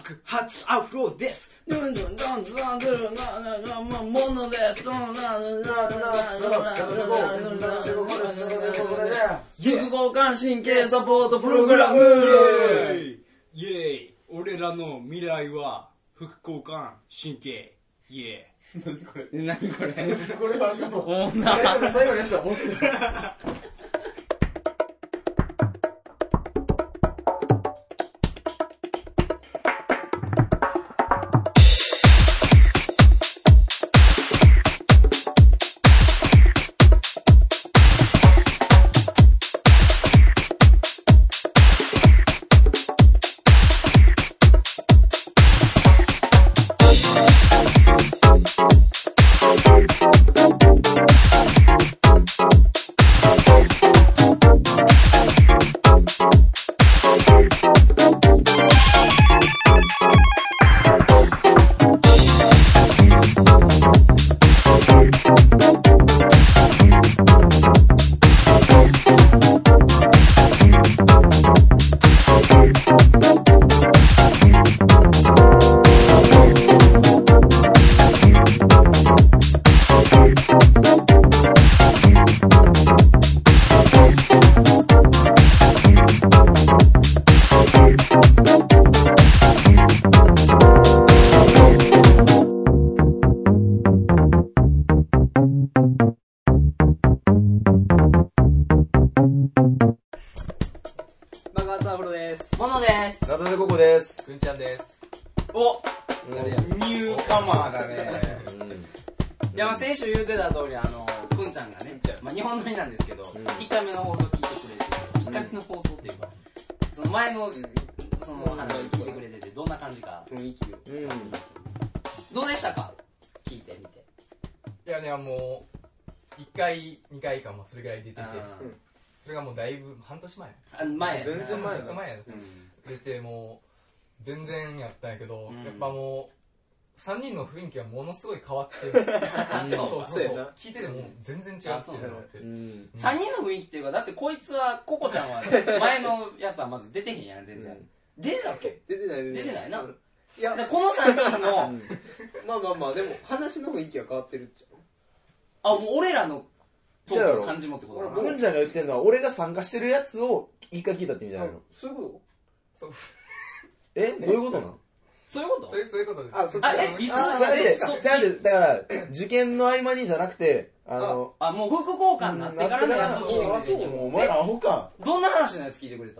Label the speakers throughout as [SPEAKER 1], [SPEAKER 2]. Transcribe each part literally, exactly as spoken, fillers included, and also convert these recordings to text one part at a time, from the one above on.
[SPEAKER 1] 爆発アフロです。ドゥンドゥンドンズドンドゥンナナナナものです。ドンナナナナ副交感神経サポートプログラム。イエーイ。俺らの未来は副交感神経。イエーイ。何これ？何これ？これはあかんもん。最後のやつは持つ。先週言うてた通り、あのくんちゃんがね、まあ、日本撮りなんですけど、うん、いっかいめの放送聞いてくれて、いっかいめの放送っていうか、その前の、うん、その話聞いてくれてて、どんな感じか、雰囲気を、うん、どうでしたか、聞いてみて。
[SPEAKER 2] いやね、もういっかいにかいかもそれぐらい出てて、それがもうだいぶ半年前
[SPEAKER 1] あ前
[SPEAKER 2] 全然前ずっと前や、うん、出てもう全然やったんやけど、うん、やっぱもうさんにんの雰囲気がものすごい変わってる。そうそうそう。聞いてても全然違うっていうのがあって。
[SPEAKER 1] さんにんの雰囲気っていうか、だってこいつは、ココちゃんは、前のやつはまず出てへんやん、全然。出てたっけ？
[SPEAKER 3] 出てない、
[SPEAKER 1] 出てないな。いや、このさんにんの、
[SPEAKER 3] まあまあまあ、でも話の雰囲気が変わってるっち
[SPEAKER 1] ゃう。あ、もう俺らのトークの感じもってことだな。
[SPEAKER 4] くんちゃんが言ってるのは、俺が参加してるやつを一回聞いたって意味じゃないの？
[SPEAKER 3] そういうこと？
[SPEAKER 2] そう。
[SPEAKER 4] え？どういうことなの？
[SPEAKER 1] そういうこと？
[SPEAKER 2] そういう、そういうことです。
[SPEAKER 3] あ、そっち。
[SPEAKER 1] あ、え、いつ？
[SPEAKER 4] あ、じゃあね、じゃあね、だから、受験の合間にじゃなくて、あの、
[SPEAKER 1] あ、もう副交換になってからのやつを聞いてくれてる。
[SPEAKER 4] もうお前らアホか。
[SPEAKER 1] どんな話のやつ聞いてくれた？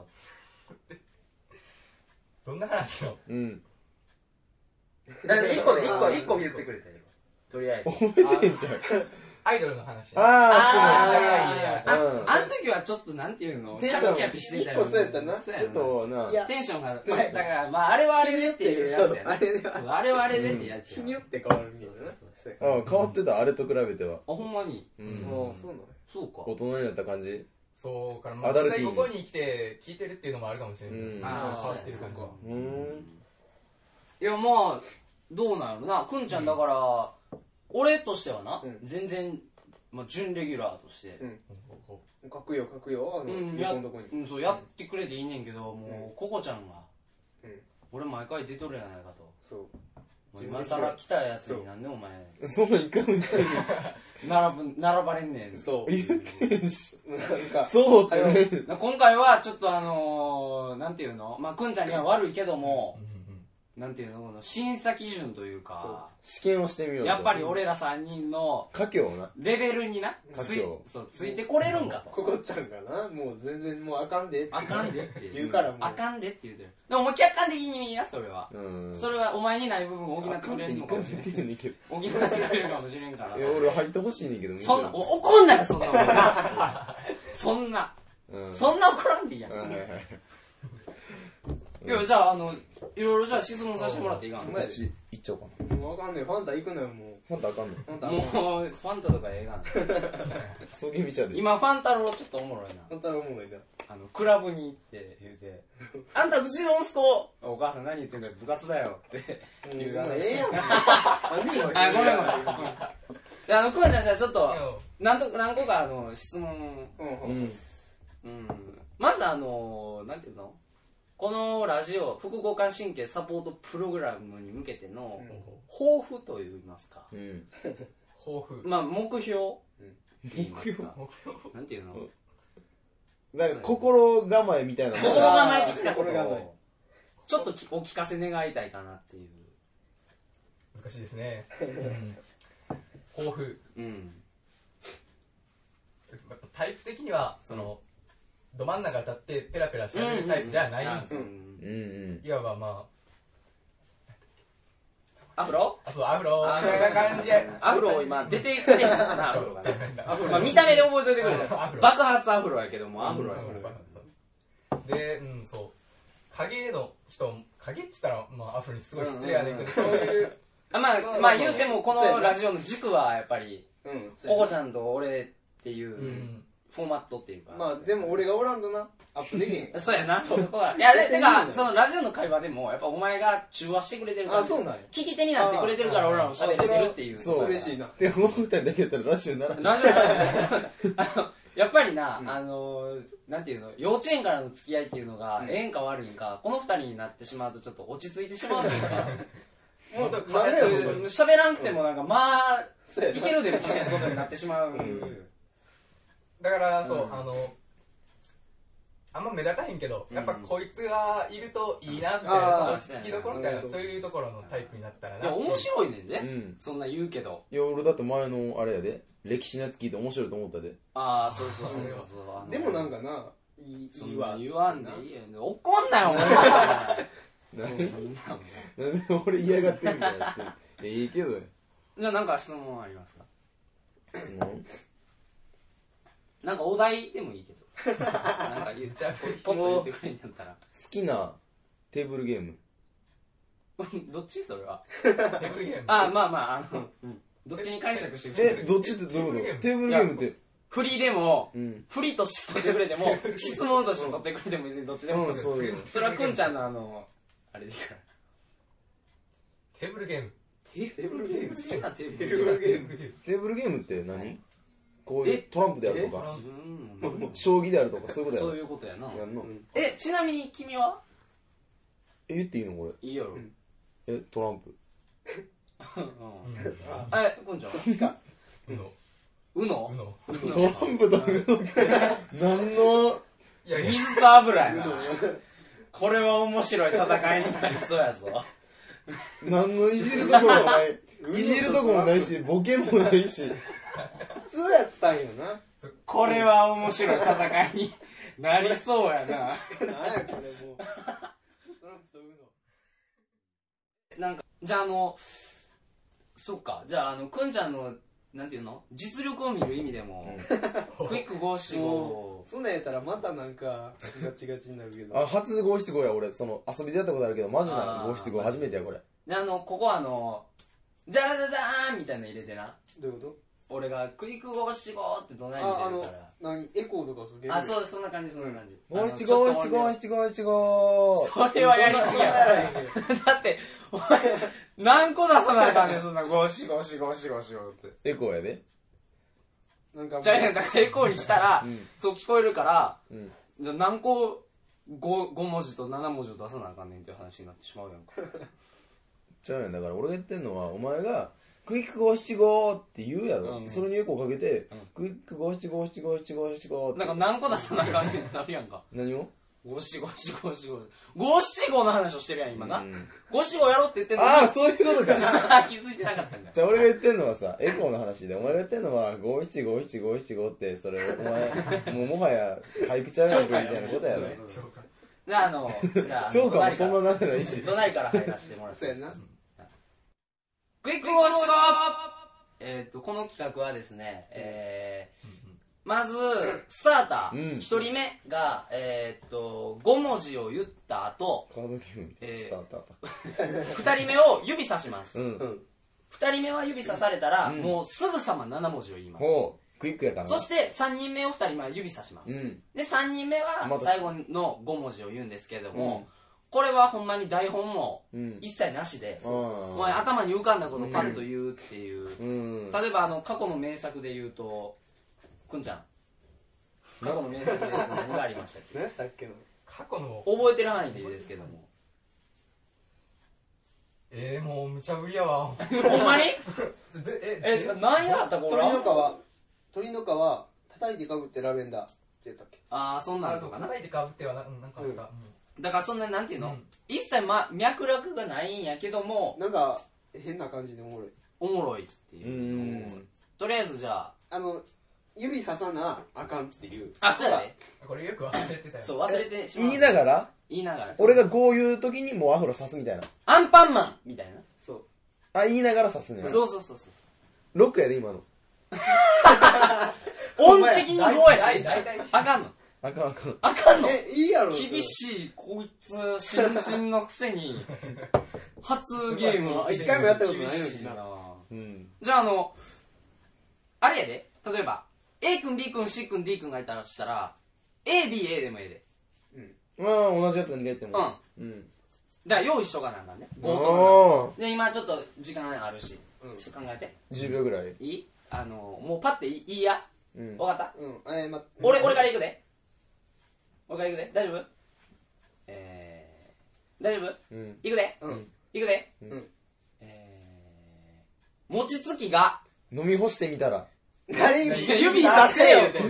[SPEAKER 2] どんな話を？
[SPEAKER 4] うん。
[SPEAKER 1] だから一個で、一個、一個言ってくれたよ。とりあえず。
[SPEAKER 4] 覚えてんじゃん。
[SPEAKER 2] アイドルの話。
[SPEAKER 4] あ
[SPEAKER 1] あ、してる。あ、あの時はちょっとなんていうの、キャピキャピしてたよ。
[SPEAKER 3] そうやったな。
[SPEAKER 4] ちょっとな。
[SPEAKER 1] テンションがある。だから、まあ、あれはあれでっていうやつやね。あれはあれでってやつや。
[SPEAKER 3] 日によって変わるみたいな。
[SPEAKER 4] あ、変わってた、あれと比べては。
[SPEAKER 1] あ、ほんまに。
[SPEAKER 3] もう、そうなの？
[SPEAKER 1] そうか。
[SPEAKER 4] 大人になった感じ？
[SPEAKER 2] そうから、まあ、実際ここに来て聞いてるっていうのもあるかもしれないけど、
[SPEAKER 1] ああ、
[SPEAKER 2] 変わってる感じは。
[SPEAKER 4] うん。
[SPEAKER 1] いや、まあ、どうなんやろな。くんちゃんだから、俺としてはな、全然、まあ、準レギュラーとして、
[SPEAKER 3] うん、書くよ書くよ、あの、
[SPEAKER 1] うん、や、うん、そうやってくれていいねんけど、もうココちゃんが、うん、俺毎回出とるやないかと。
[SPEAKER 3] そう。
[SPEAKER 1] もう今更来たやつになんでお前。
[SPEAKER 4] そんな一回も言ってないし。
[SPEAKER 1] 並ぶ、並ばれんねん。
[SPEAKER 3] そう。
[SPEAKER 4] 言ってんし。なんか、そうってね。
[SPEAKER 1] 今回はちょっとあのー、なんていうの、まあ、くんちゃんには悪いけども、なんていうの、審査基準というか、
[SPEAKER 4] 試験をしてみようと。
[SPEAKER 1] やっぱり俺らさんにんの
[SPEAKER 4] 家境な
[SPEAKER 1] レベルにな、
[SPEAKER 4] つい
[SPEAKER 1] そうついてこれるんかと。
[SPEAKER 3] ここちゃんがな、もう全然もうあかんでって
[SPEAKER 1] あかんでって
[SPEAKER 3] 言うからもう
[SPEAKER 1] あかんでって言うてる。でもお前客観的に見や、それは。それはお前にない部分を補ってくれるのかもしれん。補ってくれるかもしれんから。
[SPEAKER 4] いや俺入ってほしいねんけど。
[SPEAKER 1] そんな怒んなよ、そんな。そんなそんな怒らんでいいやん。いや、じゃあ、あの、いろいろじゃあ質問させてもらっていいかな。
[SPEAKER 4] こっち行っちゃおうか
[SPEAKER 3] な。わかんねえ、ファンタ行くのよ、もう。
[SPEAKER 4] ファンタあかんの？
[SPEAKER 1] もう、ファンタとかええがな。
[SPEAKER 4] そげみちゃで。
[SPEAKER 1] 今、ファンタローちょっとおもろいな。
[SPEAKER 3] ファンタローおもろいな。
[SPEAKER 1] あの、クラブに行って言うて、あんたうちの息子お母さん何言ってんだよ、部活だよって言うから。
[SPEAKER 3] ええやん。
[SPEAKER 1] 何よ、あ、ごめんごめん。あの、くまちゃんじゃあちょっと、なんと、何個かあの、質問。うん。うん。まずあの、なんていうのこのラジオ副交感神経サポートプログラムに向けての抱負といいますか、
[SPEAKER 4] うん、
[SPEAKER 2] 抱負
[SPEAKER 1] まあ目標、うん、目標なんていうの、
[SPEAKER 4] なんか心構えみたいな
[SPEAKER 1] 心構え的なことをちょっとお聞かせ願いたいかなっていう。
[SPEAKER 2] 難しいですね、うん、抱負、うん、タイプ的にはそのど真ん中立ってペラペラしゃべるタイプじゃないんですよ。いわばま
[SPEAKER 1] あアフロ？
[SPEAKER 2] あ、そう、アフローな感じや。
[SPEAKER 1] アフロ今出てきてるかな、アフロがね。まあ見た目で覚えておいてくれる。爆発アフロやけども、アフロやから。
[SPEAKER 2] で、うん、そう。影の人、影って言ったら、まあアフロにすごい失礼やねんけど、そういう。
[SPEAKER 1] まあ、まあ言うても、このラジオの軸はやっぱり、ココちゃんと俺っていう。フォーマットっていうか。
[SPEAKER 3] まあでも俺がおらんとな、アップできへん。
[SPEAKER 1] そうやな、そこは。いや、てか、そのラジオの会話でも、やっぱお前が中和してくれてるから。
[SPEAKER 3] あ、そうなんや。
[SPEAKER 1] 聞き手になってくれてるから俺らも喋れてるっていう。
[SPEAKER 3] そう、嬉しいな。
[SPEAKER 4] でも、二人だけやったらラジオにならない。
[SPEAKER 1] ラジオにならない。やっぱりな、あの、なんていうの、幼稚園からの付き合いっていうのが、ええんか悪いんか、この二人になってしまうとちょっと落ち着いてしまうというか。もう、喋らんくてもなんか、まあ、いけるでみたいなことになってしまう。
[SPEAKER 2] だからそう、うん、あのあんま目立たへんけど、うん、やっぱこいつがいるといいなみたいな、その好きどころみたいな、そういうところのタイプになったらな。
[SPEAKER 1] いや面白いねんで、うん、そんな言うけど。
[SPEAKER 4] いや俺だって前のあれやで歴史のやつ聞いて面白いと思ったで。
[SPEAKER 1] ああそうそうそうそうそう
[SPEAKER 3] でもなんかないい
[SPEAKER 1] そんな言わんでいいやん。怒んなよお前。
[SPEAKER 4] なんで俺嫌がってんだよっていいけど。
[SPEAKER 1] じゃあなんか質問ありますか？
[SPEAKER 4] 質問
[SPEAKER 1] なんかお題でもいいけどなんか言っちゃうポッと言ってくれんやったら好
[SPEAKER 4] きなテーブルゲーム
[SPEAKER 1] どっちそれは
[SPEAKER 2] テーブルゲーム
[SPEAKER 1] あまあまああの、うん、どっちに解釈してく
[SPEAKER 4] れるえどっちってどういうことテーブルゲームって
[SPEAKER 1] 振りでも、うん、振りとして取ってくれても質問として取ってくれても別にどっちでも、うん、そういうそれはくんちゃんのあのあれでいいから
[SPEAKER 2] テーブルゲーム
[SPEAKER 1] テーブルゲーム好きなテーブ
[SPEAKER 3] ルゲーム
[SPEAKER 4] テーブルゲームって何？こういうトランプであるとか将棋であるとかそういうことや
[SPEAKER 1] そういうことやな
[SPEAKER 4] やんの。
[SPEAKER 1] えちなみに君は
[SPEAKER 4] え言っていいのこれ
[SPEAKER 1] いいやろ
[SPEAKER 4] えトランプ
[SPEAKER 1] えくんちゃんは
[SPEAKER 2] うの
[SPEAKER 1] うの
[SPEAKER 4] トランプとうのって何の
[SPEAKER 1] 水と油やなこれは面白い戦いになりそうやぞ
[SPEAKER 4] 何のいじるところもないいじるところもないしボケもないし
[SPEAKER 3] 普通やったんよな
[SPEAKER 1] これは面白い戦いになりそうやな
[SPEAKER 3] 何やこれもうトランプとう
[SPEAKER 1] のなんかじゃああのそっかじゃああのくんちゃんのなんていうの実力を見る意味でも、うん、クイックごしご
[SPEAKER 3] そんなんやったらまたなんかガチガチになるけど
[SPEAKER 4] あ初ごしごや俺その遊びでやったことあるけどマジなごしご初めてやこれ
[SPEAKER 1] であのここはあのじゃらじゃじゃーんみたいなの入れてな
[SPEAKER 3] どういうこと
[SPEAKER 1] 俺がクイックごしごってどないに出るから
[SPEAKER 3] 何エコーとかかける
[SPEAKER 1] あそうそんな感じそんな感じ
[SPEAKER 4] ごしごしごしごしご
[SPEAKER 1] それはやりすぎやだってお前何個出さなあかんねんそんなごしごしごしごしごって
[SPEAKER 4] エコーやで
[SPEAKER 3] なんか
[SPEAKER 1] じゃあだからエコーにしたら、うん、そう聞こえるから、うん、じゃあ何個 5, 5文字となな文字を出さなあかんねんっていう話になってしまうやんか
[SPEAKER 4] ちゃうやんだから俺が言ってんのはお前がクイックごしごって言うやろ、うん、それにエコーかけて、うん、クイックごしごしごしごしごって
[SPEAKER 1] なんか何個出さなあかんねんってなるやんか
[SPEAKER 4] 何を
[SPEAKER 1] ごしごしごしごごしごの話をしてるやん今な、うん、ごしごやろって言ってんの
[SPEAKER 4] ああそういうことか
[SPEAKER 1] 気づいてなかったんだ
[SPEAKER 4] じゃあ俺が言ってんのはさエコーの話でお前が言ってんのはごしごしごしごってそれお前もうもはや俳句ちゃうやんけみたいなことやろ
[SPEAKER 1] じゃああのじゃあ
[SPEAKER 4] 超過もそんななってないし
[SPEAKER 1] どなりから入らせてもらって
[SPEAKER 3] そうやな
[SPEAKER 1] クイックごしごえっとこの企画はですねえーまずスターターひとりめがえー、っとご文字を言った後
[SPEAKER 4] カードゲームみたいなスタータ
[SPEAKER 1] ーふたりめを指さします、うん、ふたりめは指さされたら、うん、もうすぐさまなな文字を言います、
[SPEAKER 4] ほうクイックやからな
[SPEAKER 1] そしてさんにんめをふたりめは指さします、うん、でさんにんめは最後のご文字を言うんですけれども、うんこれはほんまに台本も一切なしで、うん、お前頭に浮かんだことをパッと言うっていう、うん、例えばあの過去の名作で言うとくんちゃん過去の名作で言うと何がありましたっけ
[SPEAKER 3] 何だっけの
[SPEAKER 2] 過去の
[SPEAKER 1] 覚えてる範囲でいいですけども。
[SPEAKER 2] えー、もう無茶ぶりやわ
[SPEAKER 1] ほんまに
[SPEAKER 2] で
[SPEAKER 1] え、何やったこれ
[SPEAKER 3] 鳥の皮鳥の皮叩いてかぶってラベンダーって言ったっけ。
[SPEAKER 1] ああ、そんなんとかな。
[SPEAKER 2] 叩いてかぶってはな、なんかあった、
[SPEAKER 1] だからそんな、なんていうの、
[SPEAKER 2] うん、
[SPEAKER 1] 一切、ま、脈絡がないんやけども、
[SPEAKER 3] なんか変な感じでおもろい。
[SPEAKER 1] おもろいっていうのを、とりあえずじゃあ、
[SPEAKER 3] あの指ささなあかんっていう。
[SPEAKER 1] あ、そうやね。
[SPEAKER 2] これよく忘れてたよ。
[SPEAKER 1] そう、忘れてしまう。
[SPEAKER 4] 言いながら
[SPEAKER 1] 言いながら。
[SPEAKER 4] 俺がこういう時にもうアフロ刺すみたいな。
[SPEAKER 1] アンパンマンみたいな。
[SPEAKER 3] そう。
[SPEAKER 4] あ、言いながら刺すねん。
[SPEAKER 1] そうそうそうそう。
[SPEAKER 4] ロックやで、今の。
[SPEAKER 1] 音的にどうやし。あかんの。
[SPEAKER 4] あかんあかん。
[SPEAKER 1] あかんの。
[SPEAKER 3] え、いいやろ。
[SPEAKER 1] 厳しい、こいつ、新人のくせに、初ゲームの
[SPEAKER 3] 一回もやったことないのにな
[SPEAKER 1] 厳しいな。
[SPEAKER 4] うん。
[SPEAKER 1] じゃあ、あの、あれやで、例えば、A 君、B 君、C 君、D 君がいたらしたら、A、B、A でもええで。
[SPEAKER 4] まあ、同じやつがにかいっても。
[SPEAKER 1] うん。
[SPEAKER 4] うん。
[SPEAKER 1] だから用意しとかなんだね。強盗
[SPEAKER 4] おー。
[SPEAKER 1] で、今ちょっと時間あるし、
[SPEAKER 3] うん
[SPEAKER 1] ちょっと考えて。
[SPEAKER 4] じゅうびょうぐらい。
[SPEAKER 1] いいあの、もうパッていいや。
[SPEAKER 4] うん。
[SPEAKER 1] わかった
[SPEAKER 3] うん。えー、ま、
[SPEAKER 1] 俺、俺から行くで。俺から行くで。大丈夫えー、大丈夫
[SPEAKER 4] うん。
[SPEAKER 1] 行くで。
[SPEAKER 3] うん。
[SPEAKER 1] 行くで。
[SPEAKER 3] うん。
[SPEAKER 1] えー、餅つきが、
[SPEAKER 4] 飲み干してみたら。
[SPEAKER 3] 誰に
[SPEAKER 1] 指させよって。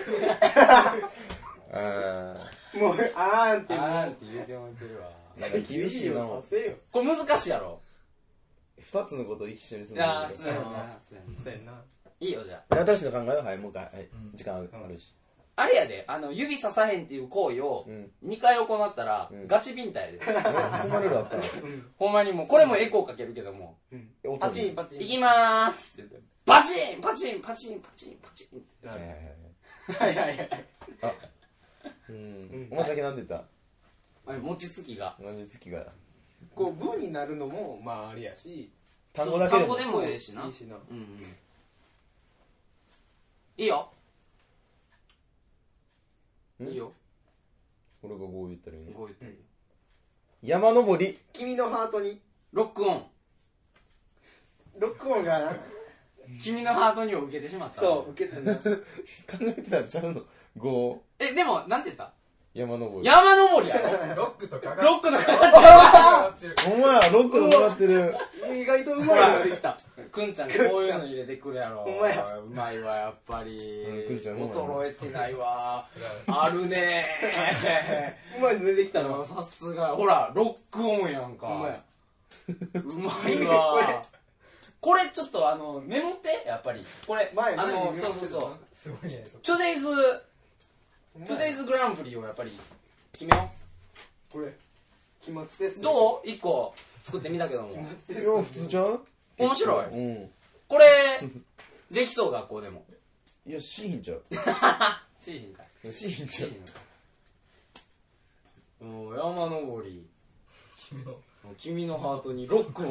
[SPEAKER 4] あ
[SPEAKER 3] もう、あーんって。
[SPEAKER 1] あーんって言うてもらってるわ。
[SPEAKER 4] ー。なんか厳しいな。
[SPEAKER 3] 指をさせよ。
[SPEAKER 1] これ難しいやろ。
[SPEAKER 4] 二つのことを一緒にす
[SPEAKER 1] い
[SPEAKER 4] るの
[SPEAKER 1] やー、そうやな。そうやな
[SPEAKER 3] そうやんな。
[SPEAKER 1] いいよ、じゃあ。
[SPEAKER 4] 新しいの考えよう。はい、もう一回。はい。
[SPEAKER 2] うん
[SPEAKER 4] 時間あるし。
[SPEAKER 1] あれやで、あの、指ささへんっていう行為を
[SPEAKER 4] うん。
[SPEAKER 1] にかい行ったら
[SPEAKER 4] うん、
[SPEAKER 1] ガチビンタやで。
[SPEAKER 4] え、そんなルールあったの
[SPEAKER 1] ほんまにもう、これもエコーかけるけども、
[SPEAKER 3] うん。
[SPEAKER 4] 音に
[SPEAKER 3] パチンパチン。
[SPEAKER 1] いきまーすって言って、バチンパチンパチンパチンパチンって
[SPEAKER 3] なる。
[SPEAKER 4] はいはいはい
[SPEAKER 3] はいはいはい。
[SPEAKER 4] うん
[SPEAKER 3] うん。
[SPEAKER 4] お前先なんて言った
[SPEAKER 1] あれ餅つきが。
[SPEAKER 4] 同じ月が。
[SPEAKER 3] こう、部になるのも、まあ、あれやし。
[SPEAKER 4] 単語だけでも
[SPEAKER 1] 単語でもええしな。
[SPEAKER 3] いいしな。
[SPEAKER 1] うんうん。いいよ。
[SPEAKER 4] ん
[SPEAKER 1] いいよ。
[SPEAKER 4] 俺がこう言ったらいいの
[SPEAKER 1] こう言っていいよ。
[SPEAKER 4] 山登り。
[SPEAKER 3] 君のハートに、
[SPEAKER 1] ロックオン。
[SPEAKER 3] ロックオンがな、
[SPEAKER 1] 君のハートにを受けてしまった。
[SPEAKER 3] そう、受けてな。
[SPEAKER 4] 考えてたらちゃうの。ご。
[SPEAKER 1] え、でも、なんて言った
[SPEAKER 4] 山登り。
[SPEAKER 1] 山登りやろ
[SPEAKER 2] ロックとかか
[SPEAKER 1] ロックとかか
[SPEAKER 2] ってる
[SPEAKER 4] お前はロックのもらってる。
[SPEAKER 3] 意外とうまいのができた。
[SPEAKER 1] くんちゃんこういうの入れてくるやろ。
[SPEAKER 3] ほんまや
[SPEAKER 1] うまいわ、やっぱり。
[SPEAKER 4] うんくんちゃんうまいな
[SPEAKER 1] 衰えてないわ。あるね
[SPEAKER 3] うまいの出てきた
[SPEAKER 1] ー。
[SPEAKER 3] の。
[SPEAKER 1] さすが。ほら、ロックオンやんか。
[SPEAKER 3] ほんまや。
[SPEAKER 1] うまいわ。これちょっとあの、メモってやっぱり。これ、
[SPEAKER 3] 前
[SPEAKER 1] あの、
[SPEAKER 3] 前に
[SPEAKER 1] そうそうそう。
[SPEAKER 2] すごいね。
[SPEAKER 1] トゥデイズ、トゥデイズグランプリをやっぱり決めよ
[SPEAKER 3] これ、期末です
[SPEAKER 1] う。
[SPEAKER 3] ね。
[SPEAKER 1] どう一個作ってみたけども。
[SPEAKER 3] 期末
[SPEAKER 4] い
[SPEAKER 3] です
[SPEAKER 4] や、普通ちゃう
[SPEAKER 1] 面白い。
[SPEAKER 4] うん。
[SPEAKER 1] これ、できそう、学校でも。
[SPEAKER 4] いや、しひんちゃう。
[SPEAKER 1] しーひんかい。
[SPEAKER 4] しひんちゃう。
[SPEAKER 1] うん、山登り。
[SPEAKER 2] 君の
[SPEAKER 1] 君のハートにロックオン。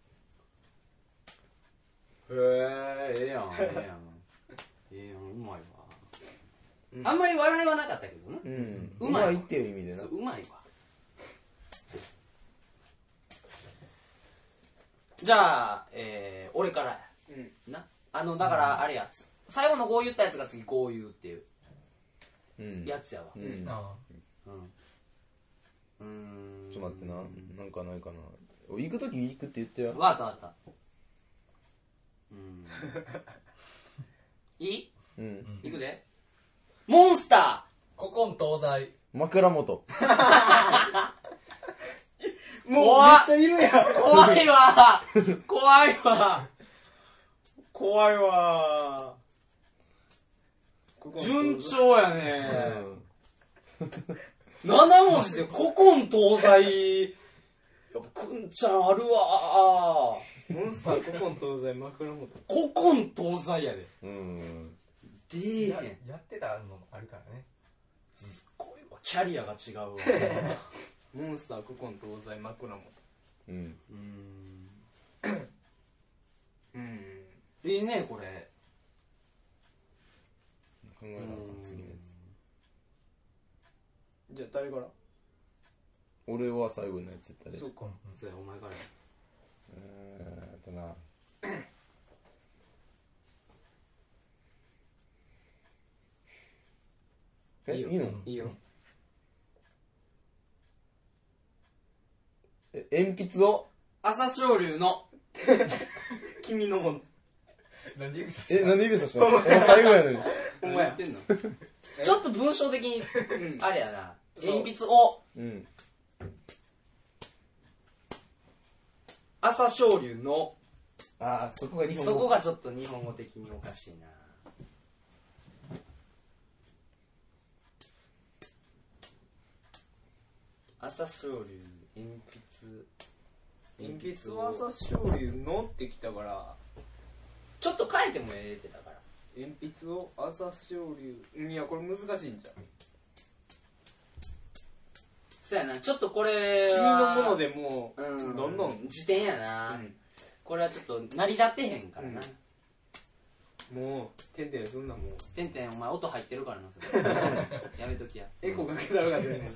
[SPEAKER 1] へえ、ええやん、ええやん。ええやん、うまいわ。あんまり笑いはなかったけどな。
[SPEAKER 4] うん。
[SPEAKER 1] うまいわ
[SPEAKER 4] うまいっていう意味でな
[SPEAKER 1] そう。うまいわ。じゃあ、えー、俺からや。
[SPEAKER 3] うん。
[SPEAKER 1] な。あの、だから、あれや、最後のこう言ったやつが次こう言うっていう
[SPEAKER 4] うん。
[SPEAKER 1] やつやわ。
[SPEAKER 4] うん。
[SPEAKER 2] あ
[SPEAKER 1] うん。うーん。
[SPEAKER 4] ちょっと待ってな。なんかないかな。行くとき行くって言ってよ。
[SPEAKER 1] わかったわかった。うーん。いい
[SPEAKER 4] うん。
[SPEAKER 1] いくで。モンスタ
[SPEAKER 2] 古今東西
[SPEAKER 4] 枕元。
[SPEAKER 3] もうめ
[SPEAKER 1] 怖っ
[SPEAKER 3] っちゃいるやん。
[SPEAKER 1] ー怖いわ怖いわ怖いわ順調やねなな文字で古今東西やっぱくんちゃんあるわ
[SPEAKER 3] モンスター古今東西枕元。
[SPEAKER 1] 古今東西やで
[SPEAKER 4] うん。
[SPEAKER 1] でー
[SPEAKER 2] や
[SPEAKER 1] へん
[SPEAKER 2] やってたのもあるからね。
[SPEAKER 1] すっごいわキャリアが違うわ
[SPEAKER 3] モンスター古今東西枕元。
[SPEAKER 4] うん。
[SPEAKER 1] うーん
[SPEAKER 3] うん。
[SPEAKER 1] いいねこれ
[SPEAKER 4] 考えなあかん次のやつ。
[SPEAKER 3] じゃあ誰から？
[SPEAKER 4] 俺は最後のやつ言ったで。
[SPEAKER 3] そうか。
[SPEAKER 1] そうやお前からや
[SPEAKER 4] えーっとな。え、い
[SPEAKER 1] いいよ
[SPEAKER 4] いの
[SPEAKER 1] いいよ
[SPEAKER 4] え鉛筆を
[SPEAKER 1] 朝青龍の
[SPEAKER 3] 君のもの。
[SPEAKER 2] なんで指さした
[SPEAKER 4] えなんで指さしたの？もう最後やのに。
[SPEAKER 3] ほんまや
[SPEAKER 1] 何言ってんのちょっと文章的にあれやな鉛筆を
[SPEAKER 4] うん
[SPEAKER 1] 朝青龍の
[SPEAKER 4] ああそこが日本語
[SPEAKER 1] そこがちょっと日本語的におかしいな朝青龍鉛筆
[SPEAKER 3] 鉛筆は朝青龍のってきたから、
[SPEAKER 1] ちょっと変えてもええってだから
[SPEAKER 3] 鉛筆を朝青龍、いやこれ難しいんじゃん。
[SPEAKER 1] そうやなちょっとこれ
[SPEAKER 3] 君
[SPEAKER 1] は
[SPEAKER 3] のものでもう、
[SPEAKER 1] うん
[SPEAKER 3] どんどん、
[SPEAKER 1] 辞典やな、
[SPEAKER 3] うん
[SPEAKER 1] これはちょっと成り立ってへんからな、
[SPEAKER 3] もうてんてんそんなもう
[SPEAKER 1] てんてんお前音入ってるからなそれやめときや
[SPEAKER 3] エコかけたらが全然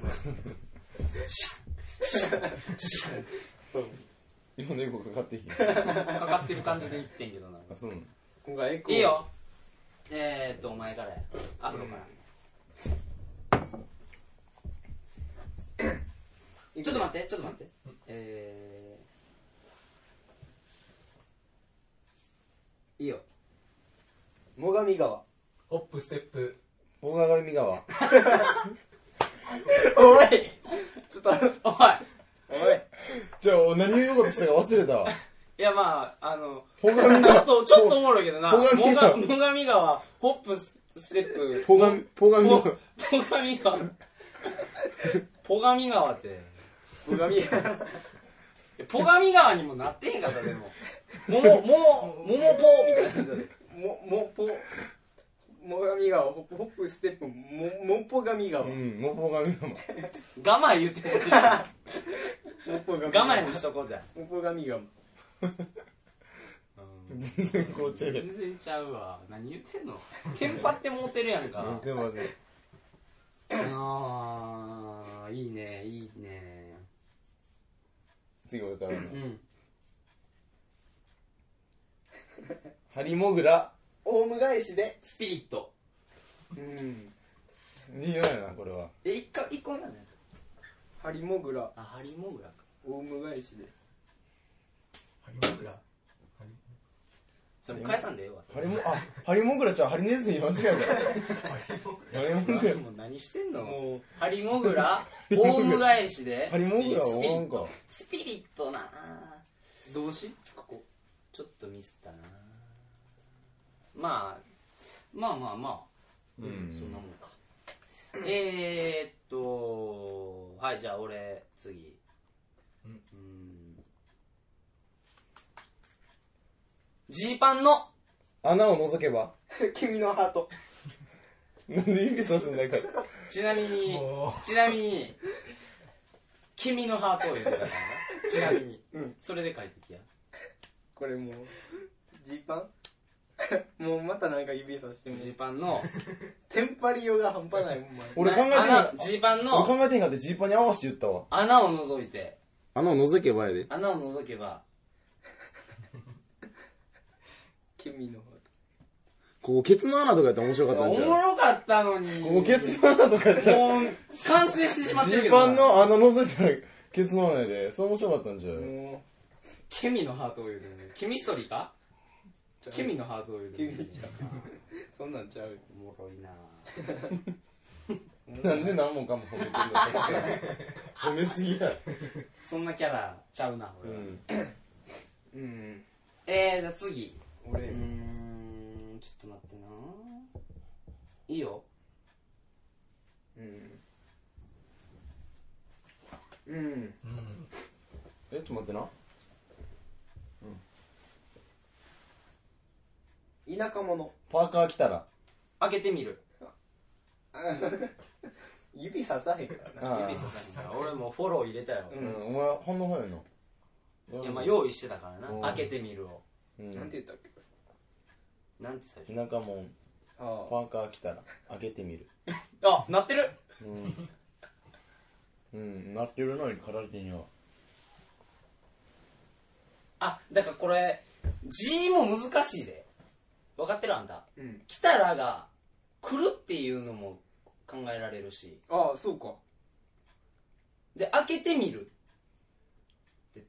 [SPEAKER 3] そう
[SPEAKER 4] 日本の英語かかってへん
[SPEAKER 1] かかってる感じで言ってんけどな
[SPEAKER 4] あそうなの
[SPEAKER 3] 今回エコ
[SPEAKER 1] いいよえーっとお前からやアフロから、ちょっと待ってちょっと待ってえーいいよ
[SPEAKER 3] 最上川。
[SPEAKER 2] ホップステップ
[SPEAKER 4] 大川上川
[SPEAKER 3] おいちょっと
[SPEAKER 1] おい
[SPEAKER 3] おい
[SPEAKER 4] じゃあ何言おうとしたか忘れたわ
[SPEAKER 1] いやまああの
[SPEAKER 4] 最上
[SPEAKER 1] ちょっとちょっとおもろいけどな
[SPEAKER 4] 最上川
[SPEAKER 1] 最上川ホップステップ
[SPEAKER 4] 最上最上川
[SPEAKER 1] 最上川最上川って
[SPEAKER 3] 最上川
[SPEAKER 1] 最上川にもなってへんかったでももももももぽーみたいな感じで
[SPEAKER 3] ももぽ最上川ホップステップももぽがみ川
[SPEAKER 4] うんもう最上川
[SPEAKER 1] 我慢言ってくれてる
[SPEAKER 3] もぽがみ
[SPEAKER 1] 我慢にしとこうじゃん
[SPEAKER 3] もぽがみ川
[SPEAKER 4] 全然こうちゃうや
[SPEAKER 1] 全然ちゃうわ何言ってんのテンパってもうてるやんか
[SPEAKER 4] でもね
[SPEAKER 1] あーいいねいいね
[SPEAKER 4] 次俺からの
[SPEAKER 1] うん
[SPEAKER 4] ハリモグラ
[SPEAKER 3] オウム返しで
[SPEAKER 1] スピリット
[SPEAKER 3] うん
[SPEAKER 4] にやなこれは
[SPEAKER 1] え一個一個目なんだよ
[SPEAKER 3] ハリモグラ
[SPEAKER 1] あハリモグラか
[SPEAKER 3] オウム返しで
[SPEAKER 2] ハリモグラハリ
[SPEAKER 1] それ返さんでええわそれ
[SPEAKER 4] ハリモあハリモグラちゃうハリネズミ間違えたハリモグラ
[SPEAKER 1] もう何してんの
[SPEAKER 3] もう
[SPEAKER 1] ハリモグラオウム返しで
[SPEAKER 4] ハリモグラは
[SPEAKER 1] スピリット
[SPEAKER 4] おらんか
[SPEAKER 1] スピリットな
[SPEAKER 3] 動詞ここ
[SPEAKER 1] ちょっとミスったなまあまあまあまあ
[SPEAKER 4] うん
[SPEAKER 1] そんなもんかえー、っとはいじゃあ俺次
[SPEAKER 2] うん
[SPEAKER 1] うんジーパンの
[SPEAKER 4] 穴を覗けば
[SPEAKER 3] 君のハート
[SPEAKER 4] なんで指さすんだから
[SPEAKER 1] ちなみに
[SPEAKER 2] も
[SPEAKER 1] ちなみに君のハートを言ってたからなちなみに、
[SPEAKER 3] うん
[SPEAKER 1] それで書いてきや
[SPEAKER 3] これもうジーパンもうまたなんか指さしても
[SPEAKER 1] ジーパンの
[SPEAKER 3] テンパりようが半端ないもん
[SPEAKER 4] 俺考えてへん
[SPEAKER 1] 穴ジーパン
[SPEAKER 4] 俺
[SPEAKER 1] の
[SPEAKER 4] 考えてへんかってジーパンに合わせて言ったわ
[SPEAKER 1] 穴を覗いて
[SPEAKER 4] 穴を覗けばやで
[SPEAKER 1] 穴を覗けば
[SPEAKER 3] 君のハー
[SPEAKER 4] ここケツの穴とかやったら面白かった
[SPEAKER 1] おも
[SPEAKER 4] んちゃう
[SPEAKER 1] ろかったのに
[SPEAKER 4] ここケツの穴とかやったら
[SPEAKER 1] もう完成してしまって
[SPEAKER 4] ジ
[SPEAKER 1] るけどな
[SPEAKER 4] ーパンの穴覗いたらケツの穴やでそう面白かったんちゃ
[SPEAKER 3] ト
[SPEAKER 4] う
[SPEAKER 3] も
[SPEAKER 1] ケミのハートを言うてねケミストリーか
[SPEAKER 3] う
[SPEAKER 1] ケミのハートを言うてね
[SPEAKER 3] 君ちゃうそんなんちゃう
[SPEAKER 1] おもろいな
[SPEAKER 4] なんで何もかも褒めてんの褒めすぎや
[SPEAKER 1] そんなキャラちゃうな
[SPEAKER 4] う
[SPEAKER 1] 俺は、
[SPEAKER 4] ん
[SPEAKER 3] うん
[SPEAKER 1] えー、じゃあ次う
[SPEAKER 3] 俺
[SPEAKER 1] ーんちょっと待ってないいよ
[SPEAKER 3] うんうん
[SPEAKER 2] ううん
[SPEAKER 4] えちょっと待ってな
[SPEAKER 3] 田舎者
[SPEAKER 4] パーカー来たら
[SPEAKER 1] 開けてみる
[SPEAKER 3] 指ささへんからな
[SPEAKER 4] ああ
[SPEAKER 1] 指ささへんから俺もフォロー入れたよ、
[SPEAKER 3] う
[SPEAKER 4] うんお前ほんのほやの
[SPEAKER 1] いやまあ用意してたから
[SPEAKER 4] うん
[SPEAKER 1] な開けてみるを
[SPEAKER 4] うん
[SPEAKER 3] なんて言ったっけ
[SPEAKER 1] なんて最初
[SPEAKER 4] 田舎もん
[SPEAKER 3] あ
[SPEAKER 4] パーカー来たら開けてみる
[SPEAKER 1] あ鳴ってる
[SPEAKER 4] うんうんなってるのに体には
[SPEAKER 1] あだからこれ G も難しいで分かってるあんた
[SPEAKER 3] うん
[SPEAKER 1] 来たらが来るっていうのも考えられるし
[SPEAKER 3] ああそうか
[SPEAKER 1] で開けてみる